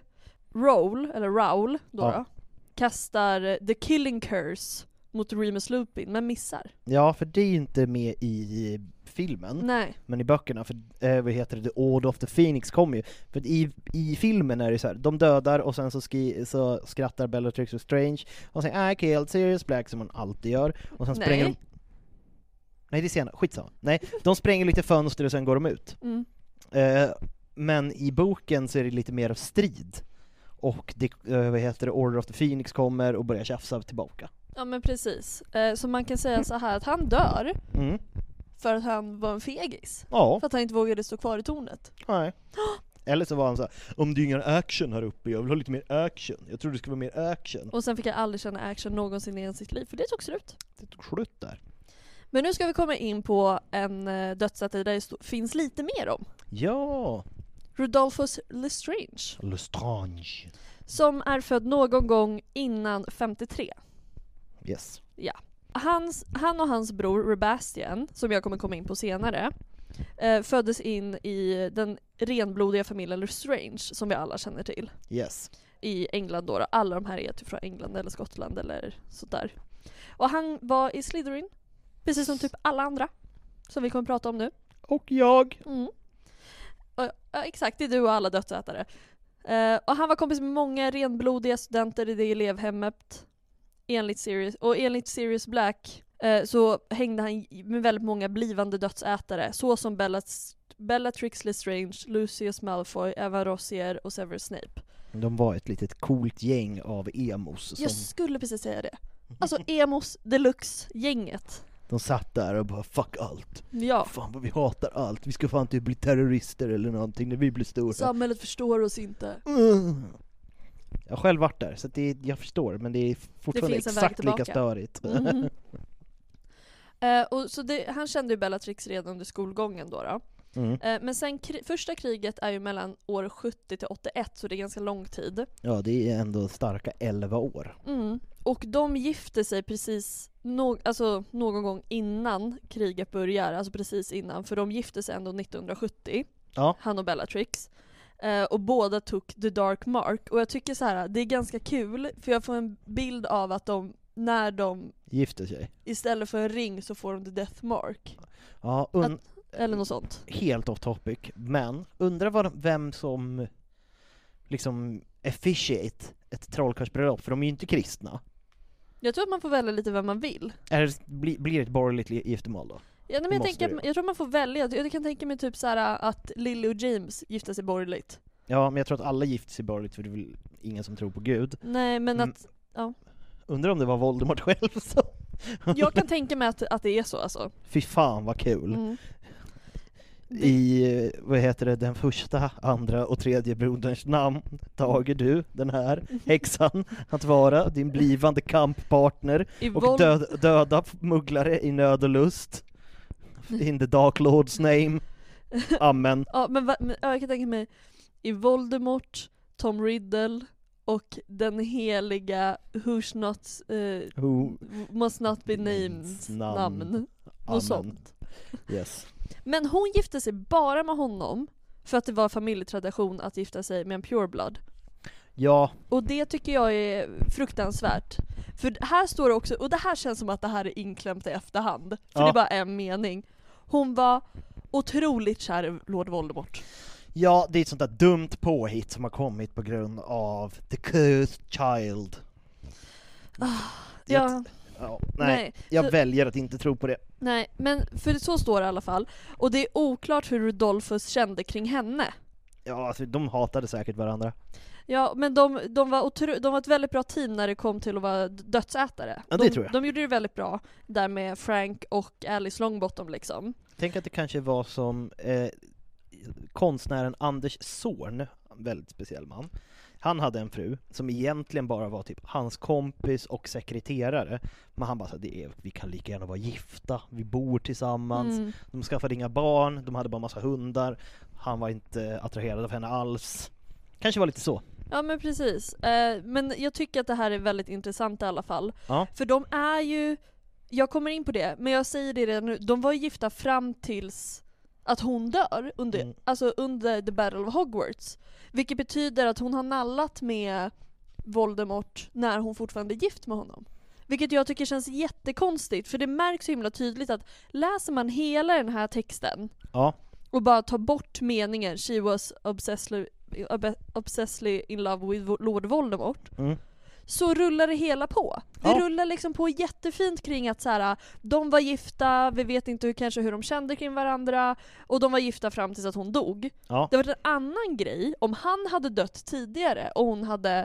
Raoul då, kastar The Killing Curse mot Remus Lupin, men missar. Ja, för det är ju inte med i filmen. Nej. Men i böckerna, för vad heter det? The Order of the Phoenix kommer ju. För i filmen är det så här, de dödar och sen så skrattar Bellatrix och Strange och säger I killed Sirius Black, som man alltid gör. Och sen spränger de... Nej, det är senare. Skitsamma. Nej, de spränger lite fönster och sen går de ut. Men i boken så är det lite mer av strid. Och det, Order of the Phoenix kommer och börjar tjafsa tillbaka. Ja, men precis. Så man kan säga så här att han dör för att han var en fegis. Ja. För att han inte vågade stå kvar i tornet. Nej. Eller så var han så här, om det är ingen action här uppe, jag vill ha lite mer action. Jag tror det ska vara mer action. Och sen fick jag aldrig känna action någonsin i sitt liv, för det tog slut. Det tog slut där. Men nu ska vi komma in på en dödsättare där det finns lite mer om. Ja. Rodolphus Lestrange. Lestrange. Som är född någon gång innan 53. Yes. Ja. Han och hans bror Rebastian, som jag kommer komma in på senare, föddes in i den renblodiga familjen Lestrange, som vi alla känner till. Yes. I England då. Alla de här är typ från England eller Skottland eller sådär. Och han var i Slytherin, precis som typ alla andra som vi kommer prata om nu. Och jag. Ja, exakt, det är du och alla dödsätare. Och han var kompis med många renblodiga studenter i det elevhemmet. Enligt Sirius Black så hängde han med väldigt många blivande dödsätare, så som Bellatrix Lestrange, Lucius Malfoy, Eva Rossier och Severus Snape. De var ett litet coolt gäng av emos. Jag skulle precis säga det. Alltså emos deluxe-gänget. De satt där och bara fuck allt. Ja. Fan vad vi hatar allt. Vi ska fan inte bli terrorister eller någonting när vi blir stora. Samhället förstår oss inte. Jag har själv varit där, så jag förstår, men det är fortfarande exakt lika störigt. Och så han kände ju Bellatrix redan under skolgången då. Men sen första kriget är ju mellan år 70 till 81, så det är ganska lång tid. Ja, det är ändå starka 11 år. Och de gifte sig precis någon gång innan kriget börjar, alltså precis innan, för de gifte sig ändå 1970. Ja. Han och Bellatrix. Och båda tog The Dark Mark. Och jag tycker så här, det är ganska kul, för jag får en bild av att när de gifter sig, istället för en ring så får de The Death Mark. Ja, eller något sånt. Helt off topic, men undrar vem som liksom officiate ett trollkarlsbröllop, för de är ju inte kristna. Jag tror att man får välja lite vem man vill. Blir det ett borgerligt giftermål då? Ja, men jag tror man får välja. Jag kan tänka mig typ så här att Lily och James gifter sig borgerligt. Ja, men jag tror att alla gifter sig borgerligt, för det är väl ingen som tror på Gud. Nej, men ja. Undrar om det var Voldemort själv så. Jag kan tänka mig att det är så alltså. Fy fan vad kul. I den första, andra och tredje broderns namn tager du den här häxan att vara din blivande kamppartner och döda mugglare i nöd och lust. In the Dark Lord's name. Amen. Ja, men jag kan tänka mig i Voldemort, Tom Riddle och den heliga who must not be named namn. Något sånt. Yes. Men hon gifte sig bara med honom för att det var familjetradition att gifta sig med en pureblood. Ja. Och det tycker jag är fruktansvärt. För här står det också, och det här känns som att det här är inklämt i efterhand. För det är bara en mening. Hon var otroligt kär i Lord Voldemort. Ja, det är ett sånt där dumt påhitt som har kommit på grund av The Cursed Child. Nej, jag väljer att inte tro på det. Nej, men för så står det i alla fall. Och det är oklart hur Rudolphus kände kring henne. Ja, alltså de hatade säkert varandra. Ja, men de var ett väldigt bra team när det kom till att vara dödsätare. Ja, det tror jag. De gjorde det väldigt bra där med Frank och Alice Longbottom liksom. Tänk att det kanske var som konstnären Anders Zorn, en väldigt speciell man. Han hade en fru som egentligen bara var typ hans kompis och sekreterare. Men han bara sa, vi kan lika gärna vara gifta, vi bor tillsammans. De skaffade inga barn, de hade bara massa hundar. Han var inte attraherad av henne alls. Kanske var lite så. Ja, men precis. Men jag tycker att det här är väldigt intressant i alla fall. Ja. För de är ju, jag kommer in på det, men jag säger det redan nu, de var gifta fram tills att hon dör under The Battle of Hogwarts. Vilket betyder att hon har nallat med Voldemort när hon fortfarande är gift med honom. Vilket jag tycker känns jättekonstigt, för det märks så himla tydligt att läser man hela den här texten och bara tar bort meningen "She was obsessively in love with Lord Voldemort", så rullar det hela på. Det rullar liksom på jättefint kring att så här, de var gifta, vi vet inte hur de kände kring varandra, och de var gifta fram tills att hon dog. Ja. Det var en annan grej om han hade dött tidigare och hon hade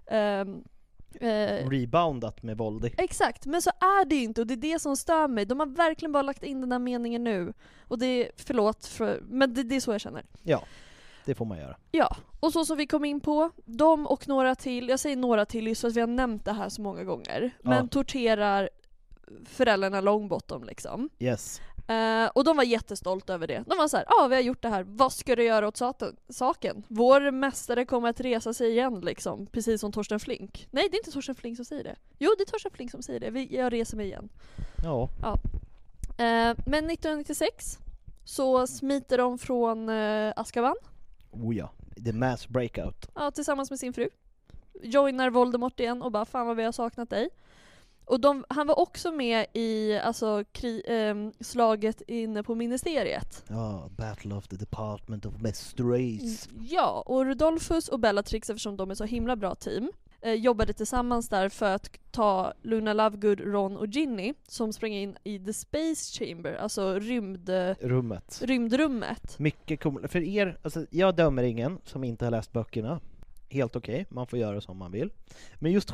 reboundat med Voldy. Exakt, men så är det inte, och det är det som stör mig. De har verkligen bara lagt in den här meningen nu. Och det är, men det är så jag känner. Ja, det får man göra. Ja, och så som vi kom in på, de och några till, jag säger några till just för att vi har nämnt det här så många gånger, men torterar föräldrarna Longbottom liksom. Yes. Och de var jättestolta över det. De var så här, vi har gjort det här, vad ska du göra åt saken? Vår mästare kommer att resa sig igen liksom, precis som Torsten Flink. Nej, det är inte Torsten Flink som säger det. Jo, det är Torsten Flink som säger det. Jag reser mig igen. Ja. Men 1996 så smiter de från Azkaban. Oh ja, the mass breakout. Ja, tillsammans med sin fru. Joinar Voldemort igen och bara, fan vad vi har saknat dig. Och han var också med i slaget inne på ministeriet. Ja, Battle of the Department of Mysteries. Ja, och Rudolphus och Bellatrix, eftersom de är så himla bra team, jobbade tillsammans där för att ta Luna Lovegood, Ron och Ginny, som sprang in i The Space Chamber, alltså rymdrummet. Mycket cool. För er, alltså, jag dömer ingen som inte har läst böckerna. Helt okej, man får göra som man vill. Men just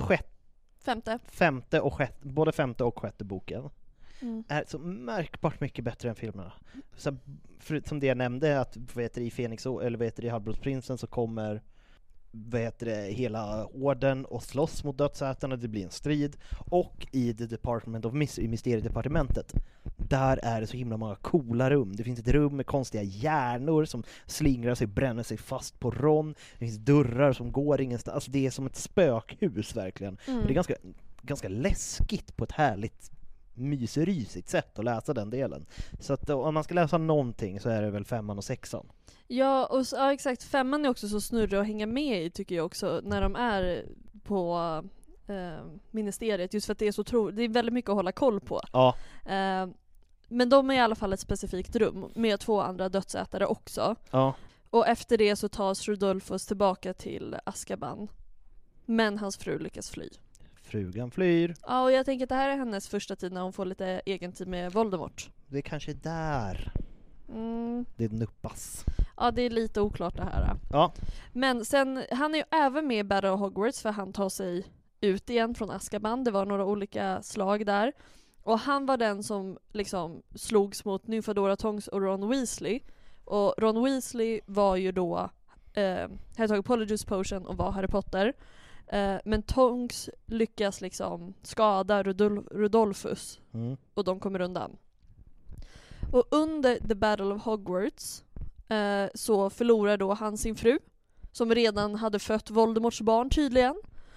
både femte och sjätte boken är så märkbart mycket bättre än filmerna. Så, som det jag nämnde, att i Fenix eller i Halvblodsprinsen så kommer hela orden och slåss mot dödsätarna, det blir en strid. Och i The Department of i Mysteriedepartementet, där är det så himla många coola rum. Det finns ett rum med konstiga hjärnor som slingrar sig, bränner sig fast på Ron. Det finns dörrar som går ingenstans. Alltså det är som ett spökhus verkligen. Och det är ganska läskigt på ett härligt mysrysigt sätt att läsa den delen. Så att om man ska läsa någonting så är det väl 5:an och 6:an. Ja, exakt. 5:an är också så snurrig att hänga med i, tycker jag också, när de är på ministeriet, just för att det är så det är väldigt mycket att hålla koll på. Ja. Men de är i alla fall ett specifikt rum med 2 andra dödsätare också. Ja. Och efter det så tas Rudolphus tillbaka till Azkaban. Men hans fru lyckas fly. Frugan flyr. Ja, och jag tänker att det här är hennes första tid när hon får lite egen tid med Voldemort. Det är kanske där det nuppas. Ja, det är lite oklart det här. Ja. Men sen, han är ju även med i Battle of Hogwarts, för han tar sig ut igen från Azkaban. Det var några olika slag där. Och han var den som liksom slogs mot Nymphadora Tonks och Ron Weasley. Och Ron Weasley var ju då hade tagit Polyjuice Potion och var Harry Potter. Men Tonks lyckas liksom skada Rudolphus och de kommer undan. Och under The Battle of Hogwarts så förlorar då han sin fru, som redan hade fött Voldemorts barn tydligen.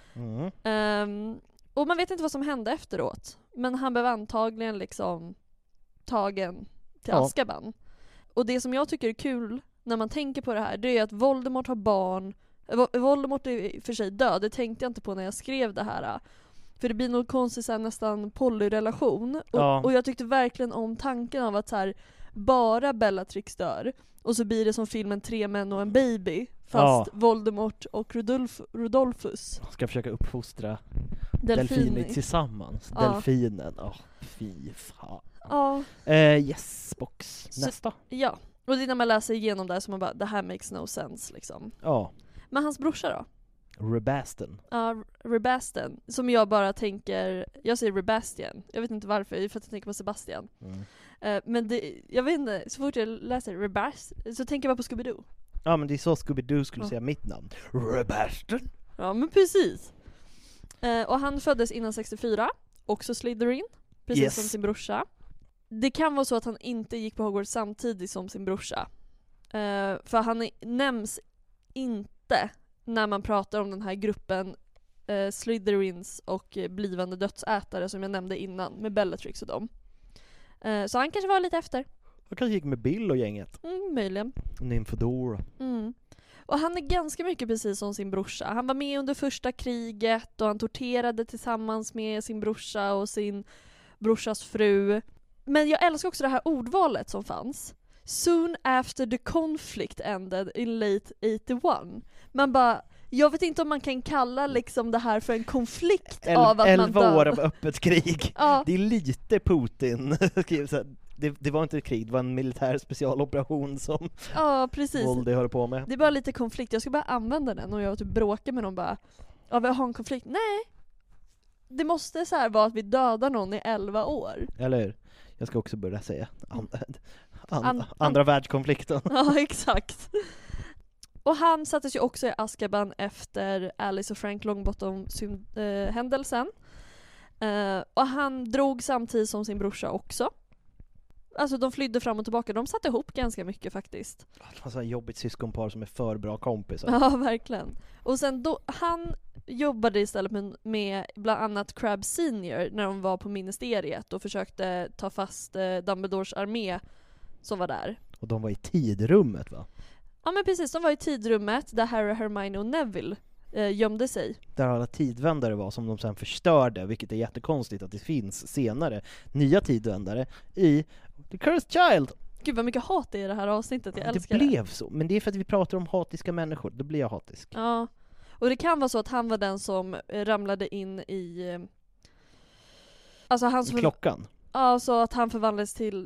Och man vet inte vad som hände efteråt, men han blev antagligen liksom tagen till Azkaban. Och det som jag tycker är kul när man tänker på det här, det är att Voldemort har barn. Voldemort är för sig död, det tänkte jag inte på när jag skrev det här. För det blir något konstigt så här, nästan polyrelation. Och jag tyckte verkligen om tanken av att så här, bara Bellatrix dör. Och så blir det som filmen 3 män och en baby. Fast Voldemort och Rodolphus ska försöka uppfostra Delfini delfiner tillsammans. Delfinen, fy fan. Yes, box. Nästa. Ja, och det är när man läser igenom det här som man bara, det här makes no sense liksom. Ja. Men hans brorsa då? Rebaston. Ja, Rebaston. Som jag bara tänker, jag säger Rebastian. Jag vet inte varför, för att jag tänker på Sebastian. Men det, jag vet inte, så fort jag läser Rebaston så tänker jag bara på Scooby-Doo. Ja, men det är så Scooby-Doo skulle säga mitt namn. Rebaston. Ja, men precis. Och han föddes innan 64, också Slytherin, precis som sin brorsa. Det kan vara så att han inte gick på Hogwarts samtidigt som sin brorsa. För han nämns inte när man pratar om den här gruppen Slytherins och blivande dödsätare som jag nämnde innan, med Bellatrix och dem. Så han kanske var lite efter. Han kanske gick med Bill och gänget. Möjligen. Nymfadora. Och han är ganska mycket precis som sin brorsa. Han var med under första kriget och han torterade tillsammans med sin brorsa och sin brorsas fru. Men jag älskar också det här ordvalet som fanns. Soon after the conflict ended in late 81. Man bara, jag vet inte om man kan kalla liksom det här för en konflikt av att 11 man dör. år av öppet krig. Ja. Det är lite Putin. Det var inte ett krig, det var en militär specialoperation som precis. Voldy höll på med. Det är bara lite konflikt. Jag ska bara använda den och jag typ bråkar med någon bara, vi har en konflikt. Nej, det måste så här vara att vi dödar någon i 11 år. Eller hur? Jag ska också börja säga andra världskonflikten. Ja, exakt. Och han sattes ju också i Azkaban efter Alice och Frank Longbottom-händelsen. Och han drog samtidigt som sin brorsa också. Alltså de flydde fram och tillbaka. De satt ihop ganska mycket faktiskt. Det var så ett jobbigt syskonpar som är för bra kompisar. Ja, verkligen. Och sen då, han jobbade istället med bland annat Crabbe Senior när de var på ministeriet och försökte ta fast Dumbledores armé som var där. Och de var i tidrummet, va? Ja, men precis. De var i tidrummet där Harry, Hermione och Neville gömde sig. Där alla tidvändare var som de sen förstörde, vilket är jättekonstigt att det finns senare nya tidvändare i The Cursed Child. Gud vad mycket hat det är i det här avsnittet, jag älskar det. Det blev så, men det är för att vi pratar om hatiska människor, då blir jag hatisk. Ja, och det kan vara så att han var den som ramlade in i... Alltså han som... klockan? Ja, så att han förvandlades till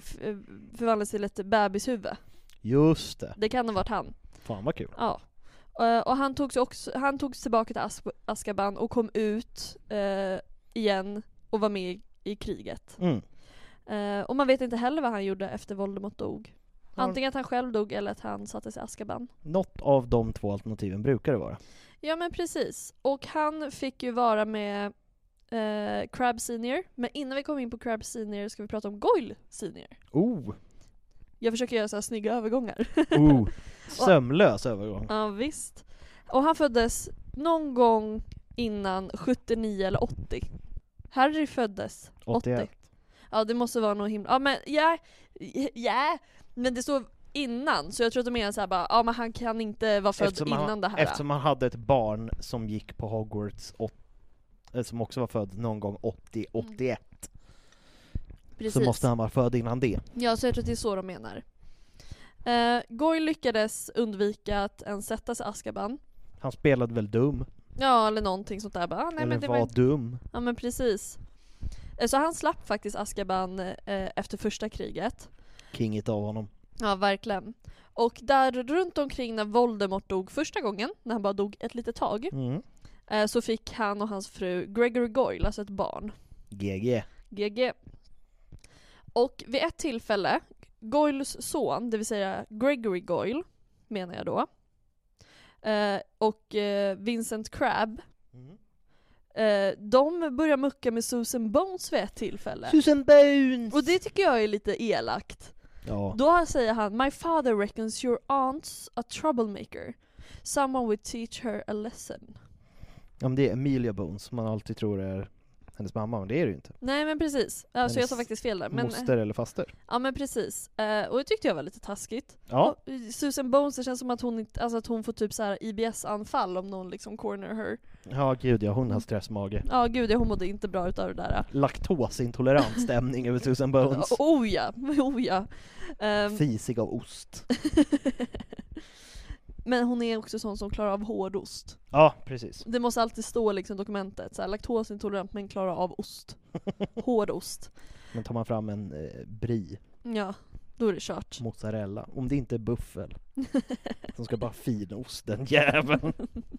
ett bebishuvud. Just det. Det kan ha varit han. Fan vad kul. Ja. Och han togs tillbaka till Azkaban och kom ut igen och var med i kriget. Och man vet inte heller vad han gjorde efter Voldemort dog. Antingen att han själv dog eller att han sattes i Azkaban. Något av de två alternativen brukar det vara. Ja, men precis. Och han fick ju vara med Crabbe Senior. Men innan vi kommer in på Crabbe Senior ska vi prata om Goyle Senior. Jag försöker göra så här snygga övergångar. Sömlös övergång. Ja, visst. Och han föddes någon gång innan 79 eller 80. Harry föddes 80. Ja, det måste vara något himla... Ja, men men det står innan, så jag tror att de menar så här bara, ja men han kan inte vara född innan det här. Eftersom han hade ett barn som gick på Hogwarts som också var född någon gång 80-81. Så måste han vara född innan det. Ja, så jag tror att det är så de menar. Goyle lyckades undvika att ens sätta sig i Azkaban. Han spelade väl dum? Ja, eller någonting sånt där. Nej, eller men det var dum. Ja, men precis. Så han slapp faktiskt Azkaban efter första kriget. Kingigt av honom. Ja, verkligen. Och där runt omkring när Voldemort dog första gången, när han bara dog ett litet tag, så fick han och hans fru Gregory Goyle, alltså ett barn. GG. Och vid ett tillfälle, Goyles son, det vill säga Gregory Goyle, menar jag då, och Vincent Crabbe, de börjar mucka med Susan Bones vid ett tillfälle. Susan Bones! Och det tycker jag är lite elakt. Ja. Då säger han, my father reckons your aunt's a troublemaker. Someone would teach her a lesson. Ja, men det är Emilia Bones, man alltid tror är hennes mamma, men det är det ju inte. Nej men precis, alltså jag sa faktiskt fel där. Men, moster eller faster. Ja men precis, och det tyckte jag var lite taskigt. Ja. Och Susan Bones, det känns som att hon, alltså att hon får typ så här IBS-anfall om någon liksom corner her. Ja gud ja, hon har stressmage. Ja gud ja, hon mådde inte bra utav det där. Laktosintolerant stämning över Susan Bones. Oh ja. Fisig av ost. Men hon är också sån som klarar av hårdost. Ja, precis. Det måste alltid stå liksom dokumentet så här, laktosintolerant men klarar av ost. Hårdost. Men tar man fram en brie. Ja, då är det kört. Mozzarella. Om det inte är buffel. Som ska bara finost den jäveln.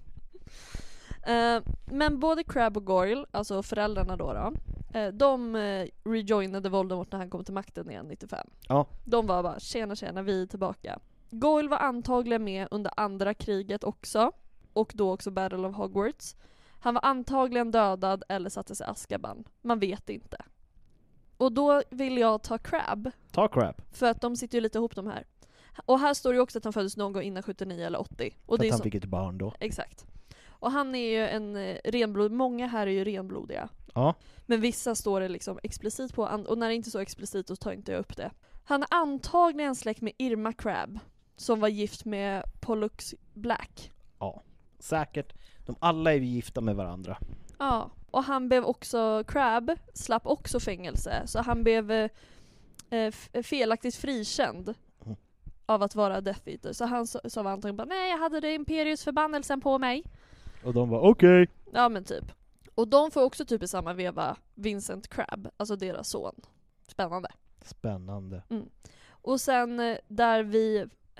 Men både Crabbe och Goyle, alltså föräldrarna då, de rejoinade Voldemort när han kom till makten igen 95. Ja. De var bara, tjena, vi är tillbaka. Goyle var antagligen med under andra kriget också, och då också Battle of Hogwarts. Han var antagligen dödad eller sattes i Azkaban. Man vet inte. Och då vill jag ta Crabbe. Ta Crabbe. För att de sitter ju lite ihop de här. Och här står det ju också att han föddes någon gång innan 79 eller 80. Och för det att är han fick ett barn då. Exakt. Och han är ju en renblod. Många här är ju renblodiga. Ja. Men vissa står det liksom explicit på. Och när det inte är så explicit så tar inte jag upp det. Han är antagligen släkt med Irma Crabbe, som var gift med Pollux Black. Ja, säkert. De alla är ju gifta med varandra. Ja, och han blev också, Crabbe slapp också fängelse. Så han blev felaktigt frikänd av att vara Death Eater. Så han sa antagligen bara, nej jag hade det Imperius förbannelsen på mig. Och de var okej. Ja men typ. Och de får också typ i samma veva Vincent Crabbe, alltså deras son. Spännande. Mm. Och sen där vi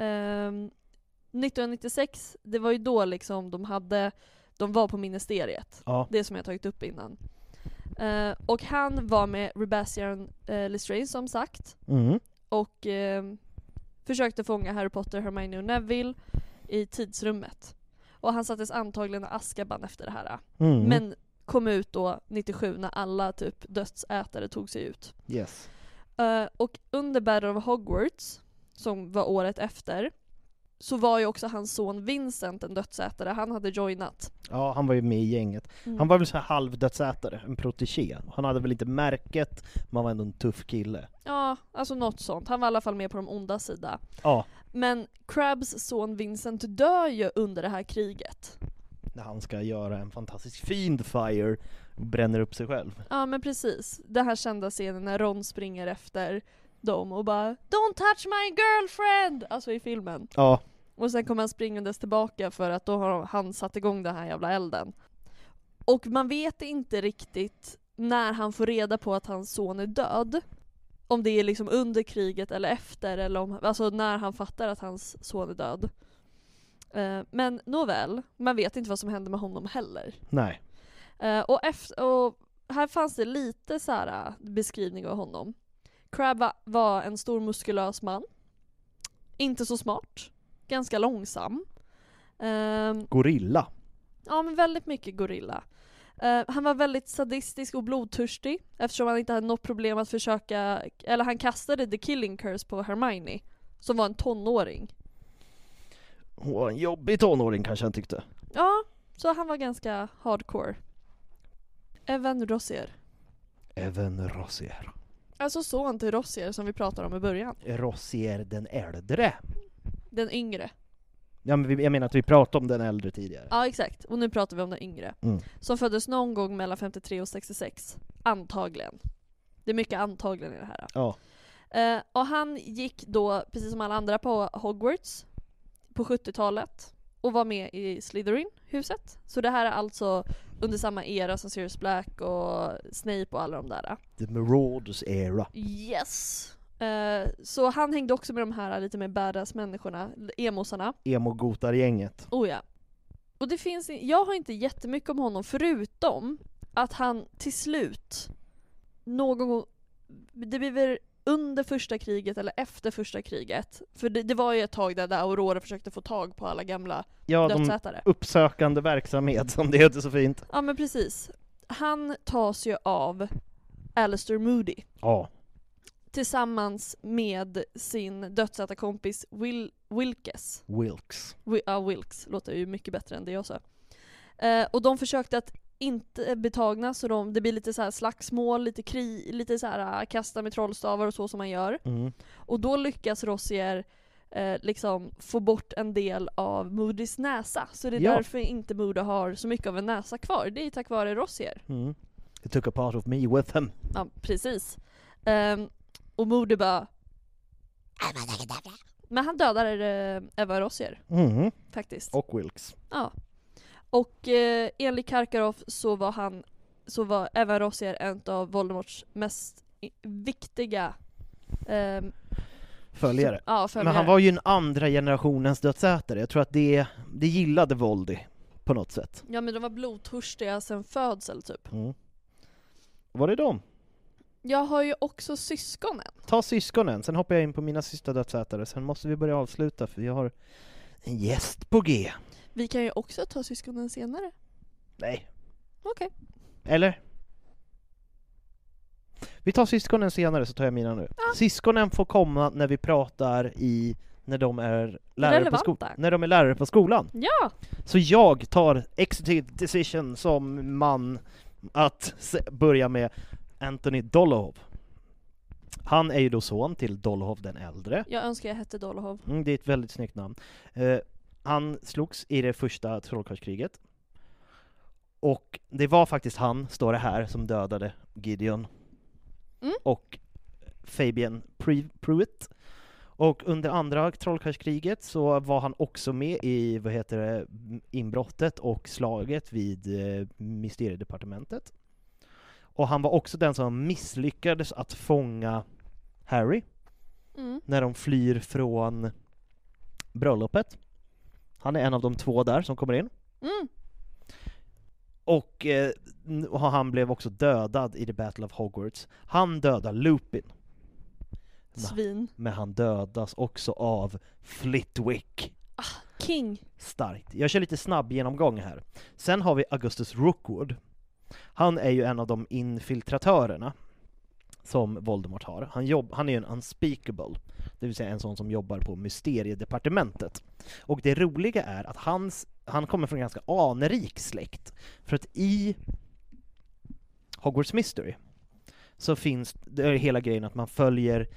1996, det var ju då liksom de var på ministeriet. Ja. Det som jag tagit upp innan. Och han var med Rubezaire Lestrange som sagt. Mm. Och försökte fånga Harry Potter, Hermione och Neville i tidsrummet. Och han sattes antagligen i Azkaban efter det här. Mm. Men kom ut då 97 när alla typ dödsätare tog sig ut. Yes. Och under Battle of Hogwarts, som var året efter, så var ju också hans son Vincent en dödsätare. Han hade joinat. Ja, han var ju med i gänget. Han var väl så här halvdödsätare, en protégé. Han hade väl inte märket, men var ändå en tuff kille. Ja, alltså något sånt. Han var i alla fall med på de onda sida. Ja. Men Crabbes son Vincent dör ju under det här kriget. När han ska göra en fantastisk Fiendfire och bränner upp sig själv. Ja, men precis. Den här kända scenen när Ron springer efter dem och bara "Don't touch my girlfriend!" Alltså i filmen. Ja. Och sen kommer han springandes tillbaka för att då har han satt igång den här jävla elden. Och man vet inte riktigt när han får reda på att hans son är död. Om det är liksom under kriget eller efter, eller om, alltså när han fattar att hans son är död. Men nåväl, man vet inte vad som hände med honom heller. Nej. Och här fanns det lite så här beskrivning av honom. Crabbe var en stor muskulös man. Inte så smart. Ganska långsam. Gorilla. Ja, men väldigt mycket gorilla. Han var väldigt sadistisk och blodtörstig eftersom han inte hade något problem att försöka, eller han kastade the killing curse på Hermione som var en tonåring. Hon var en jobbig tonåring kanske han tyckte. Ja, så han var ganska hardcore. Evan Rossier. Alltså son till Rossier som vi pratade om i början. Rossier den äldre. Den yngre. Ja, men jag menar att vi pratade om den äldre tidigare. Ja, exakt. Och nu pratar vi om den yngre. Som föddes någon gång mellan 53 och 66. Antagligen. Det är mycket antagligen i det här. Ja. Och han gick då, precis som alla andra, på Hogwarts på 70-talet. Och var med i Slytherin-huset. Så det här är alltså under samma era som Sirius Black och Snape och alla de där. The Marauders era. Yes. Så han hängde också med de här lite mer badass människorna, emosarna. Emo-gotar-gänget. Oh ja. Och det finns, jag har inte jättemycket om honom förutom att han till slut någon gång, det blir väl under första kriget eller efter första kriget, för det var ju ett tag där Aurora försökte få tag på alla gamla dödsätare. De uppsökande verksamhet som det heter så fint. Ja, men precis. Han tas ju av Alistair Moody. Ja. Tillsammans med sin dödsätarkompis Wilkes. Wilkes. Wilkes låter ju mycket bättre än det jag sa. Och de försökte att inte betagna, så det blir lite så här slagsmål, lite så här kasta med trollstavar och så som man gör. Och då lyckas Rossier liksom få bort en del av Moodys näsa, så det är därför inte Moody har så mycket av en näsa kvar. Det är tack vare Rossier. He took a part of me with him. Ja, precis. Och Moody bara... Men han dödar Eva Rossier. Faktiskt. Och Wilkes. Ja. Och enligt Karkaroff så var Eva Rossier en av Voldemorts mest viktiga följare. följare. Men han var ju en andra generationens dödsätare. Jag tror att det gillade Voldy på något sätt. Ja, men de var blodtörstiga sen födsel typ. Var det dem? Jag har ju också syskonen. Ta syskonen, sen hoppar jag in på mina sista dödsätare. Sen måste vi börja avsluta för jag har en gäst på G. Vi kan ju också ta syskonen senare. Nej. Okej. Eller? Vi tar syskonen senare, så tar jag mina nu. Syskonen får komma när vi pratar när de är lärare på skolan. Ja. Så jag tar executive decision som man att börja med Anthony Dolohov. Han är ju då son till Dolohov den äldre. Jag önskar jag hette Dolohov. Det är ett väldigt snyggt namn. Han slogs i det första trollkarlskriget. Och det var faktiskt han, står det här, som dödade Gideon och Fabian Pruitt. Och under andra trollkarlskriget så var han också med i inbrottet och slaget vid mysteriedepartementet. Och han var också den som misslyckades att fånga Harry när de flyr från bröllopet. Han är en av de 2 där som kommer in. Och han blev också dödad i The Battle of Hogwarts. Han dödar Lupin. Svin. Men han dödas också av Flitwick. King. Starkt. Jag kör lite snabb genomgång här. Sen har vi Augustus Rookwood. Han är ju en av de infiltratörerna som Voldemort har. Han är ju en unspeakable, det vill säga en sån som jobbar på mysteriedepartementet. Och det roliga är att han kommer från en ganska anrik släkt. För att i Hogwarts Mystery så finns det hela grejen att man följer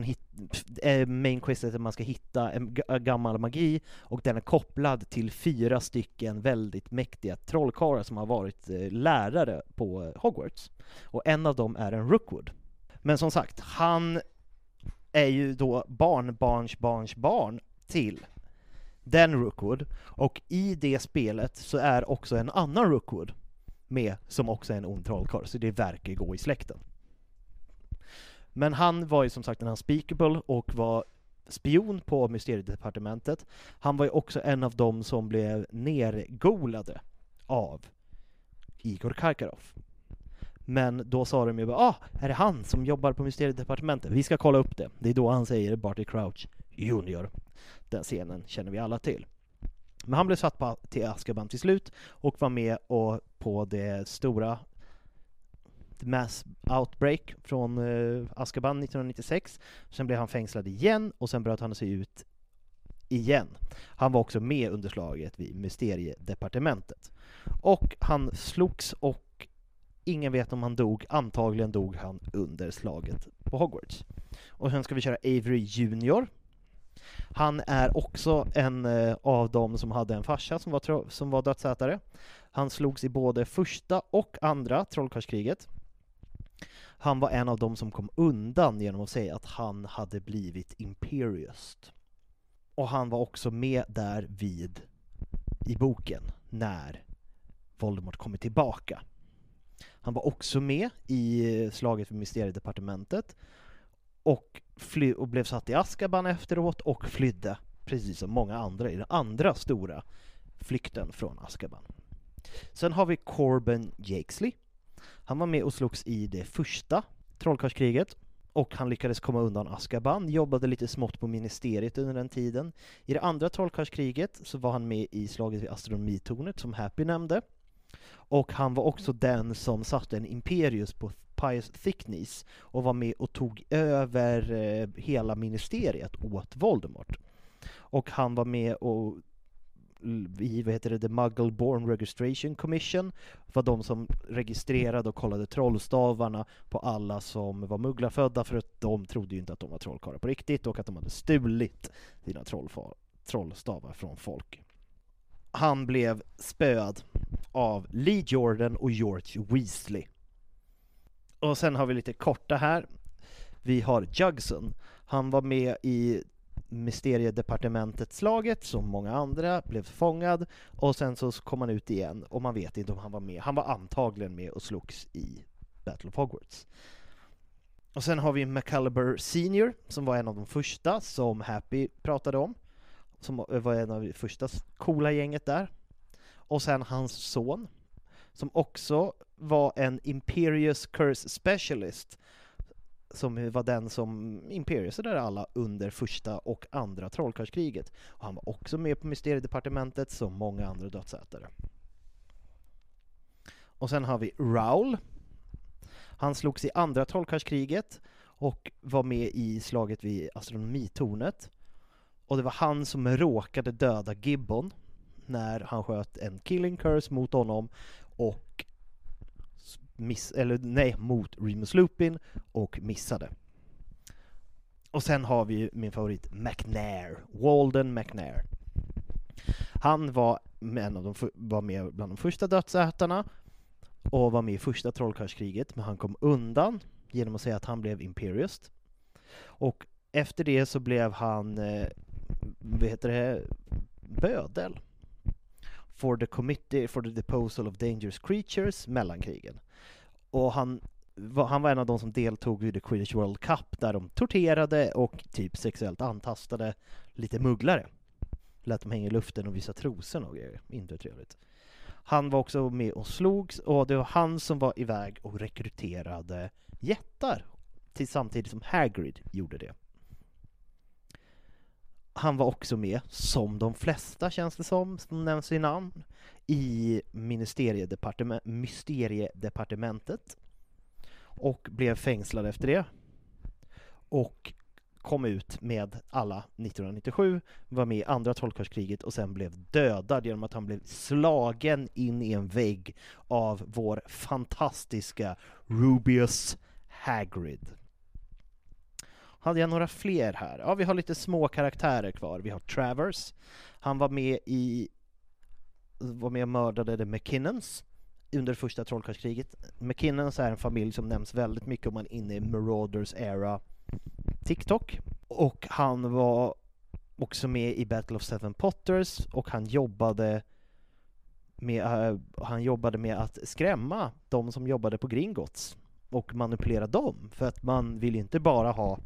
main questet att man ska hitta en gammal magi, och den är kopplad till 4 stycken väldigt mäktiga trollkarlar som har varit lärare på Hogwarts. Och en av dem är en Rookwood. Men som sagt, han är ju då barn till den Rookwood, och i det spelet så är också en annan Rookwood med som också är en ond trollkarl, så det verkar gå i släkten. Men han var ju som sagt en unspeakable och var spion på mysteriedepartementet. Han var ju också en av dem som blev nergolade av Igor Karkaroff. Men då sa de ju bara, är det han som jobbar på mysteriedepartementet? Vi ska kolla upp det. Det är då han säger Barty Crouch Junior. Den scenen känner vi alla till. Men han blev satt till Azkaban till slut och var med på det stora mass outbreak från Azkaban 1996. Sen blev han fängslad igen och sen bröt han sig ut igen. Han var också med under slaget vid mysteriedepartementet. Och han slogs och ingen vet om han dog. Antagligen dog han under slaget på Hogwarts. Och sen ska vi köra Avery Junior. Han är också en av dem som hade en farsa som var dödsätare. Han slogs i både första och andra trollkarlskriget. Han var en av dem som kom undan genom att säga att han hade blivit Imperiust. Och han var också med där i boken när Voldemort kommer tillbaka. Han var också med i slaget för mysteriedepartementet och blev satt i Azkaban efteråt och flydde, precis som många andra, i den andra stora flykten från Azkaban. Sen har vi Corbin Jakesley. Han var med och slogs i det första trollkarlskriget och han lyckades komma undan Azkaban, jobbade lite smått på ministeriet under den tiden. I det andra trollkarlskriget så var han med i slaget vid astronomitornet som Happy nämnde. Och han var också den som satte en Imperius på Pius Thicknesse och var med och tog över hela ministeriet åt Voldemort. Och han var med och The Muggle-Born Registration Commission, var de som registrerade och kollade trollstavarna på alla som var mugglarfödda, för att de trodde ju inte att de var trollkarlar på riktigt och att de hade stulit sina trollstavar från folk. Han blev spöad av Lee Jordan och George Weasley. Och sen har vi lite korta här. Vi har Jugson. Han var med i Mysteriedepartementet-slaget som många andra, blev fångad och sen så kom han ut igen och man vet inte om han var med. Han var antagligen med och slogs i Battle of Hogwarts. Och sen har vi Macalibur Senior som var en av de första som Happy pratade om. Som var en av de första coola gänget där. Och sen hans son som också var en Imperius Curse Specialist, som var den som Imperius där alla under första och andra trollkarlskriget. Och han var också med på Mysteriedepartementet som många andra dödsätare. Och sen har vi Raoul. Han slogs i andra trollkarlskriget och var med i slaget vid astronomitornet. Och det var han som råkade döda Gibbon när han sköt en killing curse mot honom och mot Remus Lupin och missade. Och sen har vi min favorit McNair, Walden McNair. Han var med bland de första dödsätarna och var med i första trollkarlskriget, men han kom undan genom att säga att han blev Imperiust. Och efter det så blev han bödel for the Committee for the Disposal of Dangerous Creatures mellan krigen. Och han var en av de som deltog i The Quidditch World Cup där de torterade och typ sexuellt antastade lite mugglare. Lät dem hänga i luften och visa trosen och grejer. Inte trevligt. Han var också med och slogs och det var han som var iväg och rekryterade jättar samtidigt som Hagrid gjorde det. Han var också med, som de flesta känns det som nämns i namn, i Mysteriedepartementet och blev fängslad efter det och kom ut med alla 1997, var med i andra trollkarlskriget och sen blev dödad genom att han blev slagen in i en vägg av vår fantastiska Rubius Hagrid. Hade jag några fler här? Ja, vi har lite små karaktärer kvar. Vi har Travers. Han var med och mördade The McKinnons under första trollkarlskriget. McKinnons är en familj som nämns väldigt mycket om man är inne i Marauders era TikTok. Och han var också med i Battle of Seven Potters och han jobbade med att skrämma de som jobbade på Gringotts och manipulera dem, för att man vill inte bara ha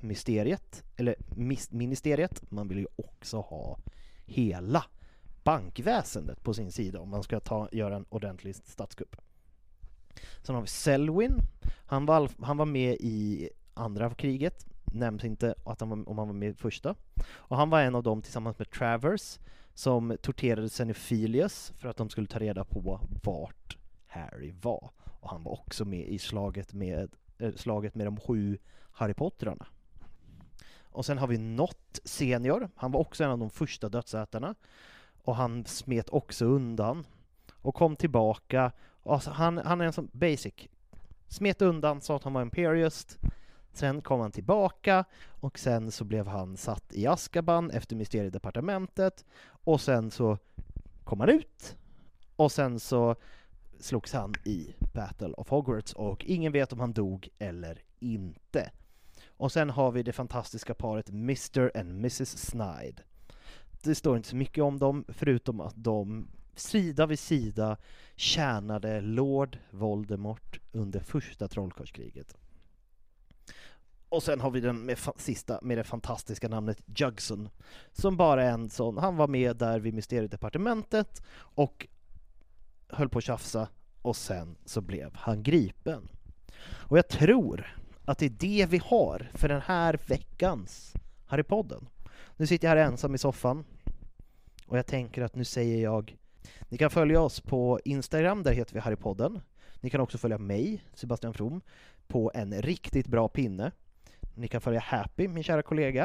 ministeriet, man vill ju också ha hela bankväsendet på sin sida om man ska göra en ordentlig statskupp. Sen har vi Selwyn. Han var med i andra kriget, nämns inte om han var med i första. Och han var en av dem tillsammans med Travers som torterade Xenophilius för att de skulle ta reda på vart Harry var. Och han var också med i slaget med de 7 Harry Potterarna. Och sen har vi Nott Senior. Han var också en av de första dödsätarna. Och han smet också undan. Och kom tillbaka. Alltså, han är en sån basic. Smet undan, sa att han var Imperiust. Sen kom han tillbaka. Och sen så blev han satt i Azkaban efter Mysteriedepartementet. Och sen så kom han ut. Och sen så slogs han i Battle of Hogwarts. Och ingen vet om han dog eller inte. Och sen har vi det fantastiska paret Mr. and Mrs. Snide. Det står inte så mycket om dem, förutom att de sida vid sida tjänade Lord Voldemort under första trollkarlskriget. Och sen har vi den med det fantastiska namnet Jugson, som bara är en sån. Han var med där vid Mysteriedepartementet och höll på att tjafsa, och sen så blev han gripen. Och jag tror att det är det vi har för den här veckans Harrypodden. Nu sitter jag här ensam i soffan och jag tänker att nu säger jag: ni kan följa oss på Instagram, där heter vi Harrypodden. Ni kan också följa mig, Sebastian From, på en riktigt bra pinne. Ni kan följa Happy, min kära kollega,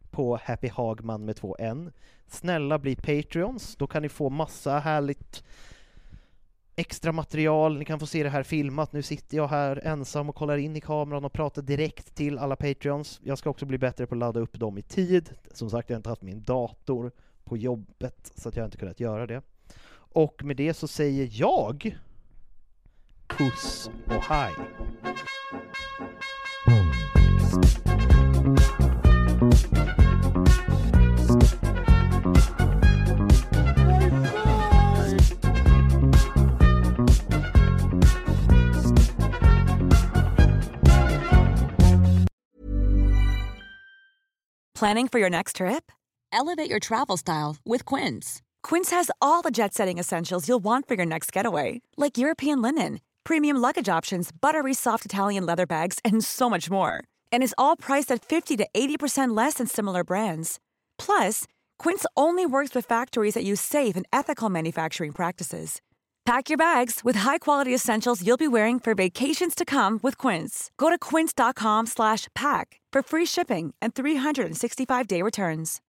på Happy Hagman med 2 N. Snälla bli Patreons, då kan ni få massa härligt extra material, ni kan få se det här filmat. Nu sitter jag här ensam och kollar in i kameran och pratar direkt till alla Patreons. Jag ska också bli bättre på att ladda upp dem i tid. Som sagt, jag har inte haft min dator på jobbet så att jag inte kunnat göra det. Och med det så säger jag puss och hej. Planning for your next trip? Elevate your travel style with Quince. Quince has all the jet-setting essentials you'll want for your next getaway, like European linen, premium luggage options, buttery soft Italian leather bags, and so much more. And is all priced at 50 to 80% less than similar brands. Plus, Quince only works with factories that use safe and ethical manufacturing practices. Pack your bags with high-quality essentials you'll be wearing for vacations to come with Quince. Go to quince.com/pack for free shipping and 365-day returns.